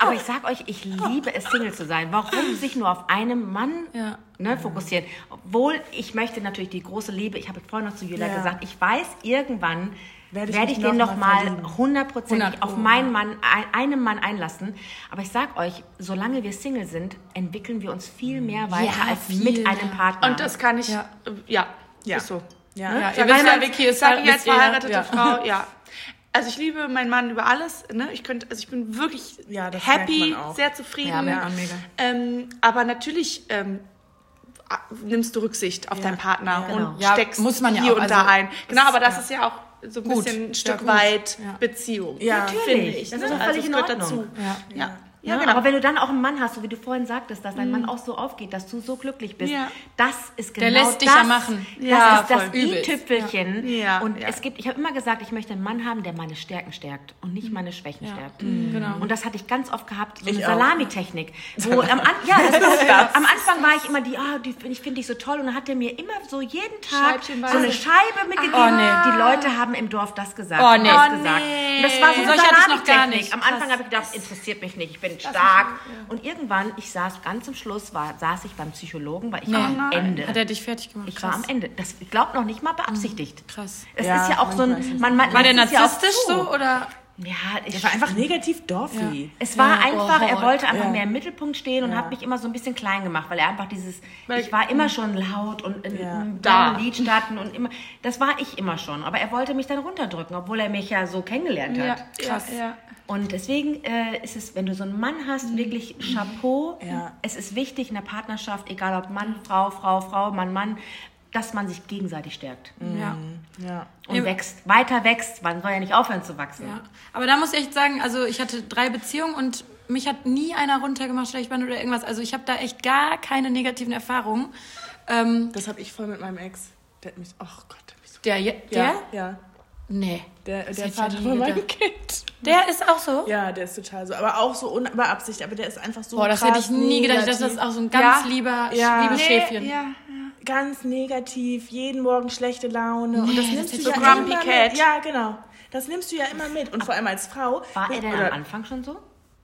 Aber ich sag euch, ich liebe es, Single zu sein. Warum sich nur auf einen Mann Ja. ne, fokussieren? Obwohl, ich möchte natürlich die große Liebe, ich habe vorhin noch zu Julia Ja. gesagt, ich weiß, irgendwann Werde werde ich ich mich den noch noch mal mal verlieben. hundertprozentig auf Pro. meinen Mann, ein, einem Mann einlassen. Aber ich sag euch, solange wir Single sind, entwickeln wir uns viel mehr weiter Ja, als viel mit mehr. einem Partner. Und das kann ich, Ja. äh, ja, Ja. ist so. Ja. Ja, Sag ihr wisst ich ja, als- Vicky ist sag halt- ich als wisst ihr, verheiratete ja. Frau, ja. Also ich liebe meinen Mann über alles. Ne? Ich könnte, also ich bin wirklich Ja, das happy, merkt man auch. sehr zufrieden. Ja, merkt man mega. Ähm, aber natürlich ähm, a- nimmst du Rücksicht auf Ja. deinen Partner Ja, und genau. Ja, steckst muss man ja hier auch, und da also, ein. Genau, das- aber das ja. ist ja auch so ein Gut. bisschen ein Ja, Stück gut. weit Ja. Beziehung. Ja. Finde Natürlich. ich. Das ne? ist auch Also völlig es in gehört Ordnung. dazu. Ja. Ja. Ja, genau. Aber wenn du dann auch einen Mann hast, so wie du vorhin sagtest, dass dein Mann auch so aufgeht, dass du so glücklich bist, Ja. das ist genau Der lässt dich das, ja machen. Das Ja, ist das voll. i-Tüpfelchen. Ja. Ja, Und ja. es gibt, ich habe immer gesagt, ich möchte einen Mann haben, der meine Stärken stärkt und nicht meine Schwächen Ja. stärkt. Mhm, genau. Und das hatte ich ganz oft gehabt, so eine Ich auch. Salami-Technik. Wo am, An ja, das war, am Anfang war ich immer die, ah, die ich finde dich so toll, und dann hat er mir immer so jeden Tag so Scheibchenweise. eine Scheibe mitgegeben. Oh, nee. Die Leute haben im Dorf das gesagt. Oh, und nee. das Oh, gesagt. nee. Und das war so eine Solche hatte ich noch gar Salami-Technik. nicht. Am Anfang Krass. habe ich gedacht, interessiert mich nicht, ich bin stark. Und irgendwann, ich saß ganz zum Schluss, war, saß ich beim Psychologen, weil ich war am Ende. Hat er dich fertig gemacht? Ich war am Ende. Das ich glaube noch nicht mal beabsichtigt. Krass. Es Ja, ist ja auch so manchmal ist ein. es Man, man, War der es ist ja auch narzisstisch zu. so oder? Ja, ich Der war einfach negativ Dorfi. es war Ja, einfach, oh, er wollte einfach ja. mehr im Mittelpunkt stehen und Ja. hat mich immer so ein bisschen klein gemacht, weil er einfach dieses, ich war immer schon laut und in, Ja. in Da. da Lied starten und immer, das war ich immer schon, aber er wollte mich dann runterdrücken, obwohl er mich ja so kennengelernt Ja, hat. krass. Ja, ja. Und deswegen äh, ist es, wenn du so einen Mann hast, wirklich Chapeau. Ja. Es ist wichtig in der Partnerschaft, egal ob Mann, Frau, Frau, Frau, Mann, Mann, dass man sich gegenseitig stärkt Ja. Ja. und Ja. wächst, weiter wächst. Man soll ja nicht aufhören zu wachsen. Ja, aber da muss ich echt sagen, also ich hatte drei Beziehungen und mich hat nie einer runtergemacht, schlecht behandelt oder irgendwas. Also ich habe da echt gar keine negativen Erfahrungen. Ähm, Das habe ich voll mit meinem Ex. Der hat mich, ach Gott, der hat mich so... der, je- der? Ja, ja. Nee. Der, Das der hätte ich ja Vater nie von meinem gedacht. Kind. Der ist auch so? Ja, der ist total so. Aber auch so unbeabsichtigt. Aber der ist einfach so Boah, das krass hätte ich nie gedacht. Ich dachte, das ist auch so ein ganz Ja. lieber, Ja. liebes Nee, Schäfchen. Ja. ganz negativ, jeden Morgen schlechte Laune. und das das nimmst ist du so ja Grumpy immer Cat. mit. Ja, genau. Das nimmst du ja immer mit. Und vor allem als Frau. War er denn oder am Anfang schon so?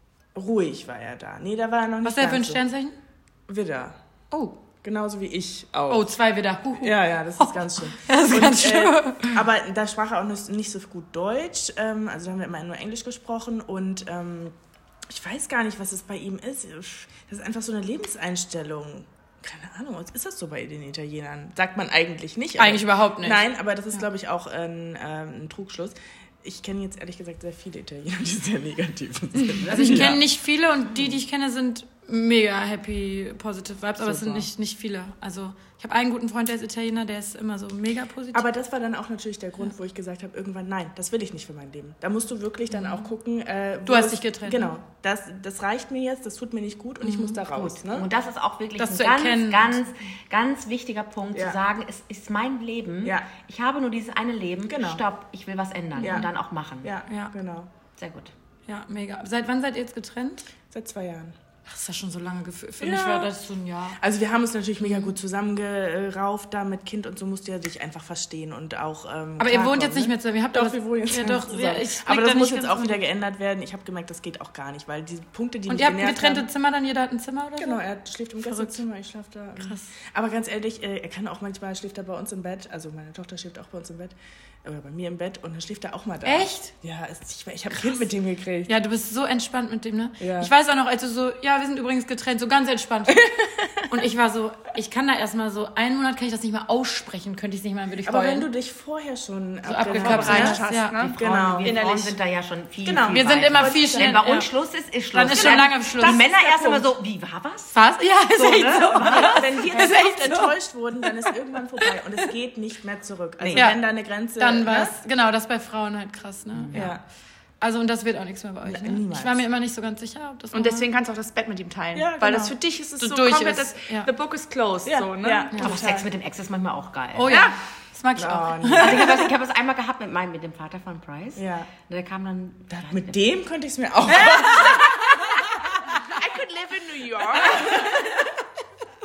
ruhig war er da. Nee, da war er noch nicht Was ist der für ein ganz so. Sternzeichen? Widder. Oh. Genauso wie ich auch. Oh, zwei wieder. Huhu. Ja, ja, das ist ganz schön. Das ist ganz schlimm. Äh, aber da sprach er auch nicht, nicht so gut Deutsch. Ähm, also da haben wir immer nur Englisch gesprochen. Und ähm, ich weiß gar nicht, was es bei ihm ist. Das ist einfach so eine Lebenseinstellung. Keine Ahnung, was ist das so bei den Italienern? Sagt man eigentlich nicht. aber- Eigentlich überhaupt nicht. Nein, aber das ist, glaube ich, auch ein, ähm, ein Trugschluss. Ich kenne jetzt ehrlich gesagt sehr viele Italiener, die sehr negativ sind. Also ich Ja. kenne nicht viele und die, die ich kenne, sind mega happy, positive Vibes, aber es sind Super. nicht, nicht viele. Also ich habe einen guten Freund, der ist Italiener, der ist immer so mega positiv. Aber das war dann auch natürlich der Grund, wo ich gesagt habe, irgendwann, nein, das will ich nicht für mein Leben. Da musst du wirklich dann auch gucken. Äh, Du wo hast es- dich getrennt, Genau. ne? Das, das reicht mir jetzt, das tut mir nicht gut und ich muss da raus. Ne? Und das ist auch wirklich Das ein zu ganz, erkennen. ganz, ganz wichtiger Punkt, Ja. zu sagen, es ist mein Leben. Ja. Ich habe nur dieses eine Leben. Genau. Stopp, ich will was ändern Ja. und dann auch machen. Ja, Ja. genau. Sehr gut. Ja, mega. Seit wann seid ihr jetzt getrennt? Seit zwei Jahren. Ach, das ist ja schon so lange gefühlt. Für Ja. mich war das so ein Jahr. Also wir haben uns natürlich mega gut zusammengerauft da mit Kind und so musste er sich einfach verstehen und auch ähm, Aber ihr wohnt klarkommen, jetzt nicht ne? mehr zusammen. Ihr habt Doch, aber- wir wohnen jetzt ja, zusammen. doch, ja, ich Aber blick das da muss nicht jetzt ganz auch wieder mit. geändert werden. Ich habe gemerkt, das geht auch gar nicht, weil diese Punkte, die Und mich ihr habt genervt getrennte haben, Zimmer dann? Jeder hat ein Zimmer oder so? Genau, er schläft im Verrückt. Gästezimmer, ich schlafe da. Krass. Aber ganz ehrlich, äh, er kann auch manchmal, schläft er bei uns im Bett, also meine Tochter schläft auch bei uns im Bett, oder bei mir im Bett und dann schläft er auch mal da. Echt? Ja, es, ich, ich habe ein Kind mit dem gekriegt. Ja, du bist so entspannt mit dem, ne? Ja. Ich weiß auch noch, als du so, ja, wir sind übrigens getrennt, so ganz entspannt. Und ich war so, ich kann da erstmal so, einen Monat kann ich das nicht mal aussprechen, könnte ich es nicht mal, würde ich Aber heulen. wenn du dich vorher schon so abgekapselt vorbereitet hast, ja. ne? Die Frauen, Genau. wir Innerlich. Frauen sind da ja schon viel, Genau. viel Wir sind weiter. immer viel schneller. Wenn bei ja. uns Schluss ist, ist Schluss. Dann ist schon lange Schluss. Die Das Männer ist der erst immer Punkt. so, wie, war was? Was? Ja, ist echt ne? so. Wenn wir Das zu ist oft echt so. enttäuscht wurden, dann ist irgendwann vorbei und es geht nicht mehr zurück. Also Ja. wenn da eine Grenze... Dann ne? war's, genau, das ist bei Frauen halt krass, ne? Ja. Also, und das wird auch nichts mehr bei euch, ne? niemals. Ich war mir immer nicht so ganz sicher, ob das Und nochmal- deswegen kannst du auch das Bett mit ihm teilen. Ja, Weil genau. das für dich ist es So so, durch komplett, ist, das, ja. the book is closed. Ja, so, ne? ja. Aber Sex mit dem Ex ist manchmal auch geil. Oh ja, das mag ich auch. Oh, nee. Also ich habe das, ich hab das einmal gehabt mit meinem, mit dem Vater von Price. Ja. Der kam dann... Mit dem könnte ich es mir auch... I could live in New York. Lebt er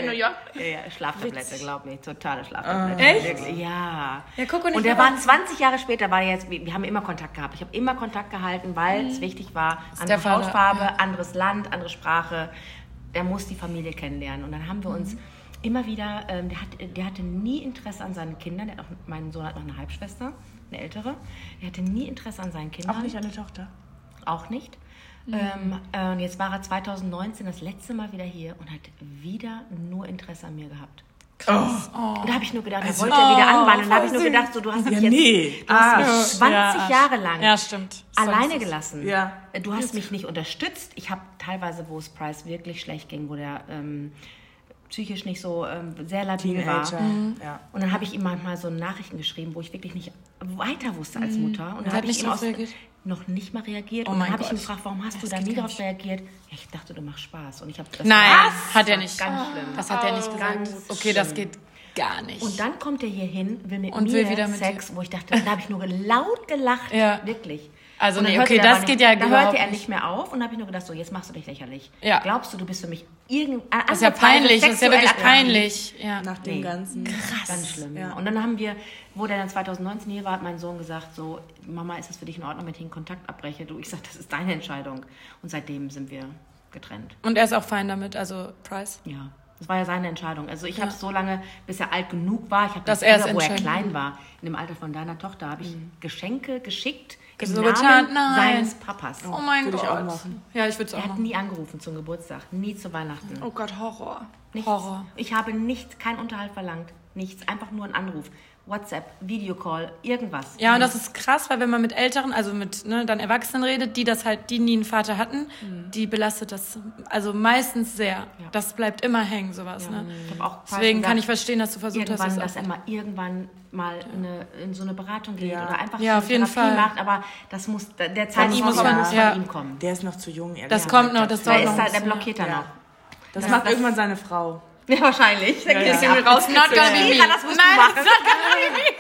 in New York? Ja, ja, Schlaftablette, glaub mir. Totale Schlaftablette. Echt? Wirklich, ja. Ja, guck, und Und ich der war- war zwanzig Jahre später, war der jetzt, wir, wir haben immer Kontakt gehabt. Ich habe immer Kontakt gehalten, weil es wichtig war, andere der Vater, Hautfarbe, ja. anderes Land, andere Sprache. Er muss die Familie kennenlernen. Und dann haben wir uns immer wieder, ähm, der, hat, der hatte nie Interesse an seinen Kindern. Der hat auch, mein Sohn hat noch eine Halbschwester, eine ältere. Der hatte nie Interesse an seinen Kindern. Auch nicht eine Tochter. Auch nicht. Ähm, äh, und jetzt war er zwanzig neunzehn das letzte Mal wieder hier und hat wieder nur Interesse an mir gehabt. Krass. Oh. Und da habe ich nur gedacht, er wollte ja wieder anbahnen. Und da habe ich nur gedacht, so, du hast mich Ja, jetzt nee. du hast mich Ah. zwanzig Jahre lang Ja, stimmt. alleine gelassen. Ja. Du hast mich nicht unterstützt. Ich habe teilweise, wo es Price wirklich schlecht ging, wo der ähm, psychisch nicht so ähm, sehr labil war. Teenager. Mhm. Ja. Und dann habe ich ihm manchmal so Nachrichten geschrieben, wo ich wirklich nicht weiter wusste als Mutter. Und dann hat habe ich nicht ihm drauf aus, reagiert? noch nicht mal reagiert. Oh und dann mein habe ich ihn Gott. gefragt, warum hast du da geht nie gar darauf reagiert? Ja, ich dachte, du machst Spaß. Und ich habe das Nein, Was? hat er nicht. Ganz schlimm. Das hat er nicht gesagt. Ganz Okay, das geht gar nicht. Und dann kommt er hier hin, will mit Und mir will wieder mit Sex, wo ich dachte, da habe ich nur laut gelacht. Ja. Wirklich. Also Und dann nee, hörte okay, der das aber geht nicht, ja Da überhaupt hörte er nicht. nicht mehr auf und da habe ich nur gedacht, so, jetzt machst du dich lächerlich. Ja. Glaubst du, du bist für mich irgend das ist ja peinlich, das ist ja wirklich peinlich. Ja. Nach dem Nee. Ganzen. Krass. Ganz schlimm. Ja. Ja. Und dann haben wir, wo der dann zwanzig neunzehn hier war, hat mein Sohn gesagt, so, Mama, ist das für dich in Ordnung, wenn ich den Kontakt abbreche? Du, ich sag, das ist deine Entscheidung. Und seitdem sind wir getrennt. Und er ist auch fein damit, also Price. Ja. Das war ja seine Entscheidung. Also ich habe es so lange, bis er alt genug war. Ich habe Dass das er es früher, wo er entscheiden klein war, in dem Alter von deiner Tochter, habe ich Geschenke geschickt im So Namen getan? Nein. seines Papas. Oh mein Würde Gott. ich auch machen. Ja, ich würde es Er auch hat machen. nie angerufen zum Geburtstag, nie zu Weihnachten. Oh Gott, Horror. Nichts. Horror. Ich habe nichts, keinen Unterhalt verlangt. Nichts, einfach nur ein Anruf. WhatsApp, Videocall, irgendwas. Ja, und das ist krass, weil wenn man mit Älteren, also mit ne, dann Erwachsenen redet, die das halt, die nie einen Vater hatten, die belastet das also meistens sehr. Das bleibt immer hängen, sowas. Ne? Ich habe auch Deswegen gesagt, kann ich verstehen, dass du versucht hast, irgendwann, das dass er mal irgendwann mal eine, in so eine Beratung geht Ja. oder einfach Ja, so auf eine jeden Therapie Fall. macht, aber das muss, der Zeitpunkt muss man- muss von ja. ihm kommen. Der ist noch zu jung, ehrlich Das gesagt. kommt noch, das Der, dauert ist noch. da, ein der bisschen. blockiert er Ja. noch. Das, Das- macht das- irgendwann seine Frau. Ja, wahrscheinlich. Dann Ja, gehst du ja. irgendwie raus. It's not gonna be me. Mira, das musst Nein, du machen. it's not gonna be me.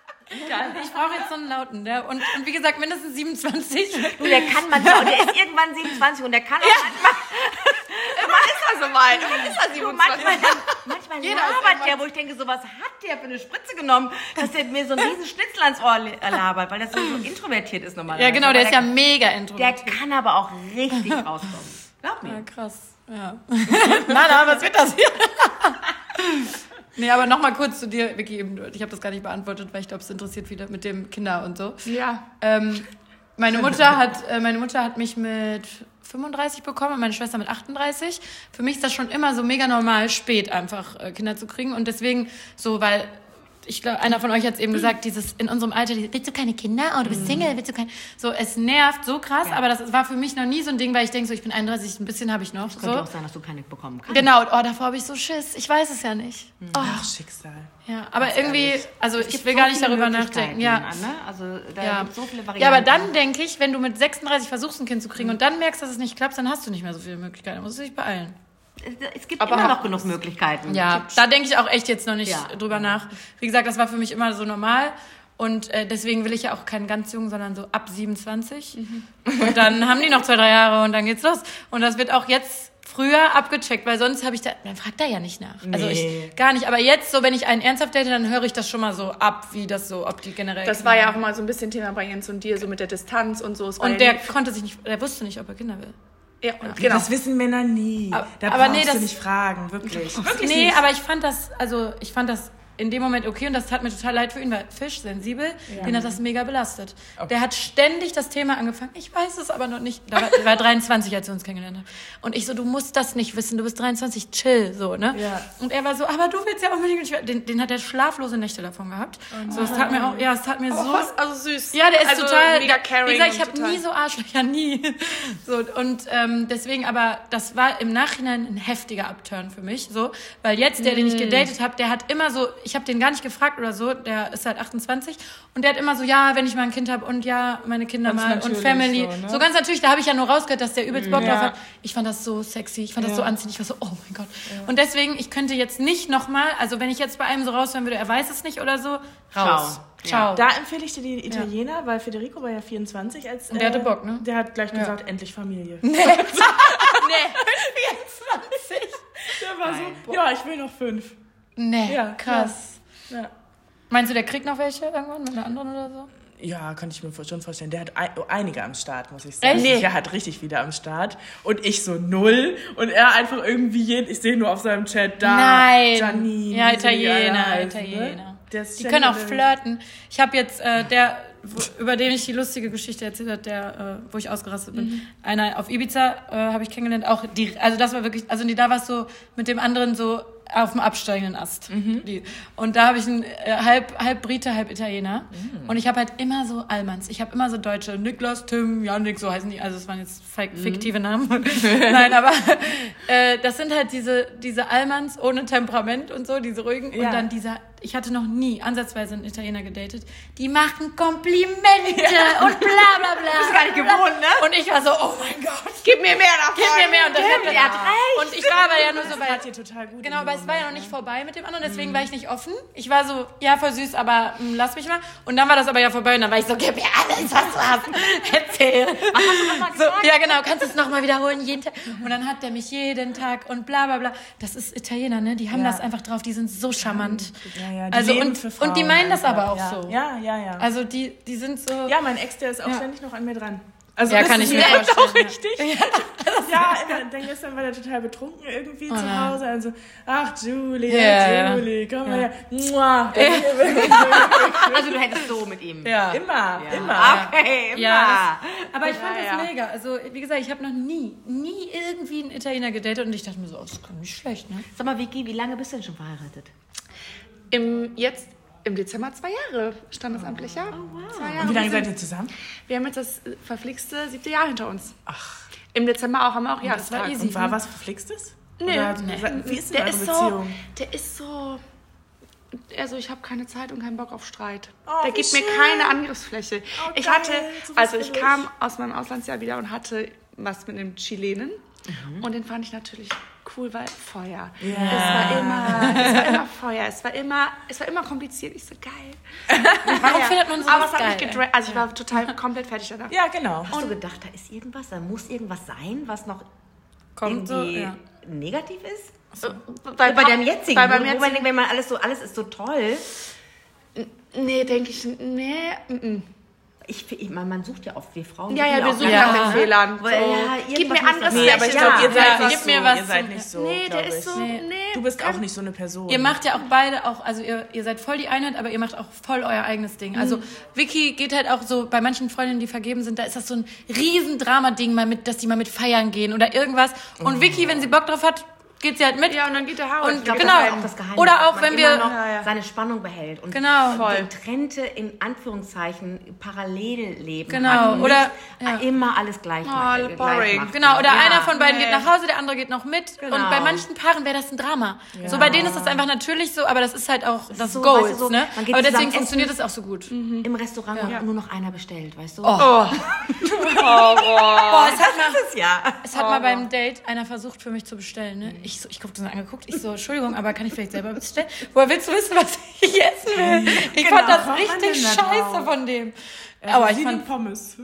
Ich brauche jetzt so einen lauten, der und, und wie gesagt mindestens siebenundzwanzig. Du, der kann manchmal, und der ist irgendwann siebenundzwanzig und der kann auch manchmal, Wann ist er soweit? Wann ist er du, siebenundzwanzig? manchmal, manchmal labert der, wo ich denke, so was hat der für eine Spritze genommen, dass der mir so einen riesen Schnitzel ans Ohr li- labert, weil das so, so introvertiert ist normalerweise. Ja, genau, der Aber ist ja mega Der introvertiert. kann aber auch richtig rauskommen. Glaub mir. Ja, krass. Ja. Na, na, was wird das hier? Nee, aber nochmal kurz zu dir, Vicky, eben, ich habe das gar nicht beantwortet, weil ich glaube, es interessiert viele mit dem Kinder und so. Ja. Ähm, meine Mutter hat, äh, meine Mutter hat mich mit fünfunddreißig bekommen und meine Schwester mit achtunddreißig. Für mich ist das schon immer so mega normal, spät einfach äh, Kinder zu kriegen und deswegen so, weil ich glaube, einer von euch hat es eben gesagt, dieses in unserem Alter, die, willst du keine Kinder? Oh, du bist Single, willst du kein... So, es nervt so krass, aber das war für mich noch nie so ein Ding, weil ich denke so, ich bin einunddreißig, ein bisschen habe ich noch. Könnte So. auch sein, dass du keine bekommen kannst. Genau, oh, davor habe ich so Schiss. Ich weiß es ja nicht. Oh, Ach, Schicksal. ja, aber irgendwie, also ich gibt will so gar nicht viele darüber Möglichkeiten, nachdenken. Ja. Anne. Also da Ja. gibt es so viele Varianten. ja, aber dann denke ich, wenn du mit sechsunddreißig versuchst, ein Kind zu kriegen und dann merkst, dass es nicht klappt, dann hast du nicht mehr so viele Möglichkeiten. Da musst du dich beeilen. Es gibt Aber immer auch- noch genug Möglichkeiten. Ja, da denke ich auch echt jetzt noch nicht Ja. drüber nach. Wie gesagt, das war für mich immer so normal. Und äh, deswegen will ich ja auch keinen ganz jungen, sondern so ab siebenundzwanzig. Und dann haben die noch zwei, drei Jahre und dann geht's los. Und das wird auch jetzt früher abgecheckt, weil sonst habe ich da, man fragt da ja nicht nach. Also Nee. ich gar nicht. Aber jetzt, so wenn ich einen ernsthaft date, dann höre ich das schon mal so ab, wie das so, ob die generell. Das war ja auch mal so ein bisschen Thema bei Jens und dir, so mit der Distanz und so. Es war Und ja der nie- konnte sich nicht, der wusste nicht, ob er Kinder will. Ja, und genau. Das wissen Männer nie. Aber- da aber brauchst nee, das- du nicht fragen, wirklich. Nee, aber ich fand das, also ich fand das in dem Moment okay und das tat mir total leid für ihn, weil Fisch, sensibel, den hat das mega belastet. Der hat ständig das Thema angefangen, ich weiß es aber noch nicht. Da war, er war dreiundzwanzig, als wir uns kennengelernt haben. Und ich so, du musst das nicht wissen, du bist dreiundzwanzig, chill, so, ne? Ja. Und er war so, aber du willst ja unbedingt, ich will- den, den hat er schlaflose Nächte davon gehabt. So, es tat mir auch, ja, es tat mir so... Was? Also süß. Ja, der ist also total mega caring. Wie gesagt, ich und habe total- nie so Arschlöcher, nie. So und ähm, deswegen, aber das war im Nachhinein ein heftiger Upturn für mich, so, weil jetzt der, den ich gedatet habe, der hat immer so, ich habe den gar nicht gefragt oder so, der ist halt achtundzwanzig und der hat immer so, ja, wenn ich mal ein Kind habe und ja, meine Kinder Ganz mal und natürlich Family, so, ne? so ganz natürlich. Da habe ich ja nur rausgehört, dass der übelst Bock Ja. drauf hat. Ich fand das so sexy, ich fand das so anziehend, ich war so, oh mein Gott. Und deswegen, ich könnte jetzt nicht nochmal, also wenn ich jetzt bei einem so raushören würde, er weiß es nicht oder so, raus. Ciao. Da empfehle ich dir die Italiener, weil Federico war ja vierundzwanzig. Als, Und der hatte Bock, ne? Der hat gleich gesagt, endlich Familie. Nee, vierundzwanzig. Der war so, ja, ich will noch fünf. Nee, Ja, krass. Ja. Meinst du, der kriegt noch welche irgendwann mit einer anderen oder so? Ja, kann ich mir schon vorstellen. Der hat ein, einige am Start, muss ich sagen. Echt? Der hat richtig viele am Start. Und ich so null. Und er einfach irgendwie jeden, ich sehe nur auf seinem Chat da. Nein. Janine. Ja, wie sie die alle Italiener, heißen, Italiener. Ne? Der ist Die können auch ständig- flirten. Ich habe jetzt, äh, der, wo, über den ich die lustige Geschichte erzählt habe, der, äh, wo ich ausgerastet bin, Mhm. einer auf Ibiza äh, habe ich kennengelernt. Auch die, also das war wirklich, also die, da war es so mit dem anderen so auf dem absteigenden Ast. Mhm. Die. Und da habe ich einen äh, halb, halb Brite, halb Italiener. Mhm. Und ich habe halt immer so Allmanns. Ich habe immer so Deutsche. Niklas, Tim, Janik, so heißen die. Also es waren jetzt fik- fiktive Namen. Nein, aber äh, das sind halt diese, diese Allmanns ohne Temperament und so, diese ruhigen. Ja. Und dann dieser, ich hatte noch nie ansatzweise einen Italiener gedatet. Die machen Komplimente und bla bla bla. Das ist gar nicht gewohnt, ne? Und ich war so, oh mein Gott, Gib mir mehr davon. gib mir mehr. Und, das hat, er hat recht. und ich war aber ja nur so Das bei... hat dir total gut. Genau, in aber dem es war ja noch Moment, nicht vorbei mit dem anderen, deswegen war ich nicht offen. Ich war so, ja, voll süß, aber mh, lass mich mal. Und dann war das aber ja vorbei und dann war ich so, gib mir alles, was du hast. Erzähl. Was hast du nochmal so, ja, genau, kannst du es nochmal wiederholen, jeden Tag. Und dann hat der mich jeden Tag und bla bla bla. Das ist Italiener, ne? Die haben Ja. das einfach drauf, die sind so charmant. Ja, ja, die Also leben und, für Frauen und die meinen das einfach. aber auch ja. so. Ja, ja, ja. Also die, die sind so... Ja, mein Ex, der ist auch Ja. ständig noch an mir dran. Also Ja, das kann ist ich mir echt vorstellen, auch ja. richtig. Ja, immer, dann gestern war der total betrunken irgendwie zu nein. Hause. Also, ach, Julie, Ja. Julie, komm Ja. mal her. Mua. Also du hättest so mit ihm. Ja. Immer, immer. Okay, immer. Ja, das, aber ich fand Ja, das ja. mega. Also, wie gesagt, ich habe noch nie, nie irgendwie einen Italiener gedatet und ich dachte mir so, oh, das ist gar nicht schlecht, ne? Sag mal, Vicky, wie lange bist du denn schon verheiratet? Im, jetzt im Dezember zwei Jahre standesamtlich, ja. Zwei Jahre. Und wie lange Wir seid sind- ihr zusammen? Wir haben jetzt das äh, verflixte siebte Jahr hinter uns. Ach. Im Dezember auch, haben wir auch das war Jahrestag. easy. Und war was Verflixtes? Nee. Oder, Nee. Wie ist denn Der eure ist so, Beziehung? der ist so, also ich habe keine Zeit und keinen Bock auf Streit. Oh, der wie gibt mir schön. keine Angriffsfläche. Oh, ich geil, hatte, sowas also ich will ich. kam aus meinem Auslandsjahr wieder und hatte was mit einem Chilenen. Mhm. Und den fand ich natürlich cool, weil Feuer. Ja. Es war immer, es war immer Feuer. Es war immer, es war immer kompliziert. Ich so, geil. Warum Ja. findet man sowas Aber es hat geil? mich gedra- Also ich war total komplett fertig danach. Ja, genau. Hast du gedacht, da ist irgendwas, da muss irgendwas sein, was noch Kommt so, irgendwie ja. negativ ist? Weil Bei deinem jetzigen, Bei meinem wo man jetzigen denkt, wenn man alles so, alles ist so toll. nee, denke ich, nee. mm, mm. Ich, ich man, man sucht ja oft, wir Frauen. Ja, ja, wir auch suchen nach- nach den Fehlern. So. Weil, ja, Gib irgendwas mir muss anderes das Nee, sein. aber ich Ja, glaube, ihr seid ja, nicht gib so. mir was Ihr seid zum- nicht so, Nee, der glaub ist ich. so, Nee. nee. Du bist auch nicht so eine Person. Ihr macht ja auch beide auch, also ihr, ihr seid voll die Einheit, aber ihr macht auch voll euer eigenes Ding. Also Vicky geht halt auch so, bei manchen Freundinnen, die vergeben sind, da ist das so ein riesen Drama-Ding, mal mit, dass die mal mit feiern gehen oder irgendwas. Und Vicky, wenn sie Bock drauf hat, geht sie halt mit. Ja, und dann geht der Haar. Und Ich glaub, genau. Das ist auch das Geheimnis, Oder auch, dass man wenn immer wir- noch Ja, ja. seine Spannung behält und Genau. Voll. getrennte, in Anführungszeichen, Parallelleben Genau. hat und Oder- nicht ja. immer alles gleich, macht, äh, boring. gleich macht. Genau, oder Ja. einer von beiden Nee. geht nach Hause, der andere geht noch mit. Genau. Und bei manchen Paaren wäre das ein Drama. So bei denen ist das einfach natürlich so, aber das ist halt auch das so, Goal, weißt du, so, ne? man geht Aber deswegen zusammen funktioniert essen. das auch so gut. Im Restaurant und nur noch einer bestellt, weißt du? Oh. Boah, es hat mal, Das ist ja. es hat mal beim Date einer versucht für mich zu bestellen, ne? Ich so, ich guck das angeguckt, ich so, Entschuldigung, aber kann ich vielleicht selber bestellen? Woher willst du wissen, was ich essen will? Ich fand das was war richtig denn da scheiße drauf? von dem. Ja, Aber sie ich lieben fand, Pommes.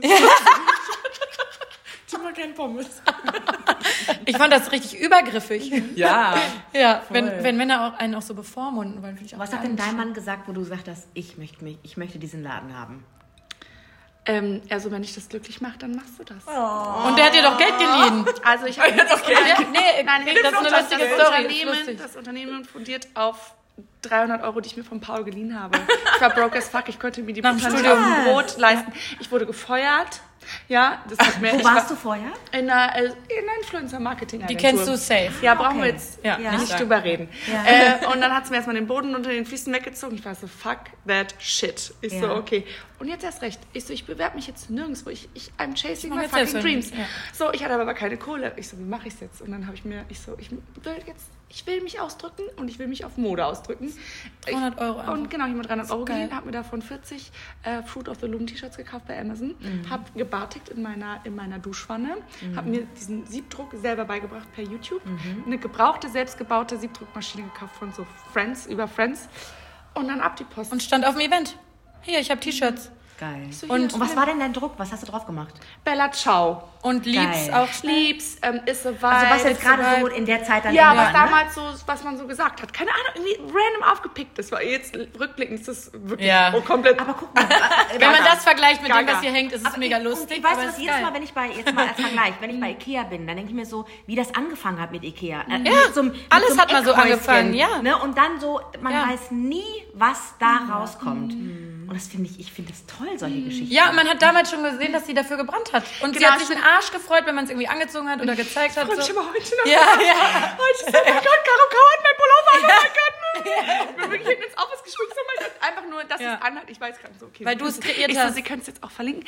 Ich mag kein Pommes. ich fand das richtig übergriffig. Ja. Ja, wenn, wenn Männer auch einen auch so bevormunden wollen, finde ich auch Was hat denn dein Mann gesagt, wo du gesagt hast, ich möchte, mich, ich möchte diesen Laden haben? Ähm, also wenn dich das glücklich macht, dann machst du das. Und der hat dir doch Geld geliehen. Also ich habe Ja, nee, Nein, nee, das ist eine lustige das Story. Das ist Unternehmen, lustig. das Unternehmen fundiert auf dreihundert Euro, die ich mir von Paul geliehen habe. Ich war broke as fuck, ich konnte mir die Nach dem Butter nicht Studium. auf dem Brot leisten. Ich wurde gefeuert. Ja, das hat mir. Wo ich warst war du vorher? In einer, äh, in einer Influencer-Marketing. Die kennst du safe. Ja, brauchen wir Okay. jetzt Ja, nicht nicht sagen. drüber reden. Äh, und dann hat sie mir erstmal den Boden unter den Füßen weggezogen. Ich war so, fuck that shit. Ich so, Ja. okay. Und jetzt erst recht. Ich so, ich bewerbe mich jetzt nirgendwo. Ich, ich, I'm chasing mach my jetzt fucking selbst dreams. hin. Ja. So, ich hatte aber keine Kohle. Ich so, wie mache ich es jetzt? Und dann habe ich mir, ich so, ich will jetzt, ich will mich ausdrücken und ich will mich auf Mode ausdrücken. dreihundert Euro Ich, einfach. und genau, ich habe mir dreihundert Euro geil. geliehen, habe mir davon vierzig äh, Fruit of the Loom T-Shirts gekauft bei Amazon, Mhm. habe gebartigt in meiner, in meiner Duschwanne, habe mir diesen Siebdruck selber beigebracht per YouTube, Mhm. eine gebrauchte, selbstgebaute Siebdruckmaschine gekauft von so Friends, über Friends und dann ab die Post. Und stand auf dem Event. Hier, ich habe T-Shirts. Geil. So, und, hier, und was war denn dein Druck? Was hast du drauf gemacht? Bella Ciao. Und lieb's Geil. auch Liebs, ähm, ist so weit. Also was jetzt it's gerade so so weit. in der Zeit dann Ja, immer, was ne? damals so, was man so gesagt hat. Keine Ahnung, irgendwie random aufgepickt. Das war jetzt rückblickend, ist das wirklich Ja. oh, komplett. Aber guck mal. Wenn man das vergleicht mit dem, Gaga. was hier hängt, ist es Aber mega ich, lustig. Und weißt aber du es was, ist jedes geil. Mal, wenn ich bei, jetzt mal als Vergleich, wenn ich bei Ikea bin, dann denke ich mir so, wie das angefangen hat mit Ikea. Äh, Ja, mit so einem- mit alles so einem hat mal so Eckhäuschen, angefangen, ja. Ne? Und dann so, man Ja. weiß nie, was da rauskommt. Und das finde ich, ich finde das toll, solche Geschichten. Ja, und man hat damals schon gesehen, dass sie dafür gebrannt hat. Und sie Genau, hat sich den Arsch gefreut, wenn man es irgendwie angezogen hat oder gezeigt hat. Und ich So. habe heute noch. Ja, ja. Heute ist, oh mein Gott, Caro Kau hat mein Pullover an, oh mein Gott. Ich bin wirklich hinten ins Office geschwitzt, oh mein Gott. Einfach nur, dass Ja. es anhat. Ich weiß gerade so, okay. Weil du es kreiert ich so, hast. Sie können es jetzt auch verlinken.